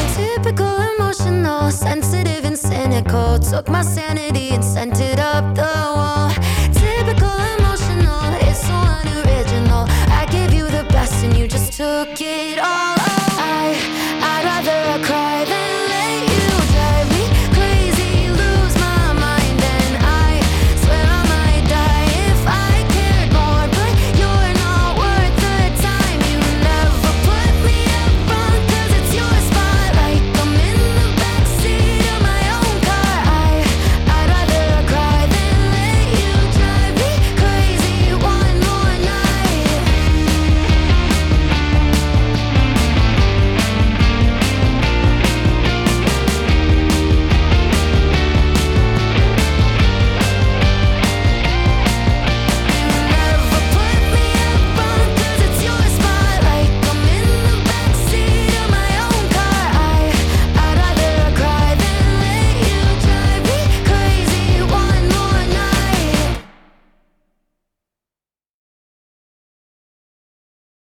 Took my sanity and sent it up the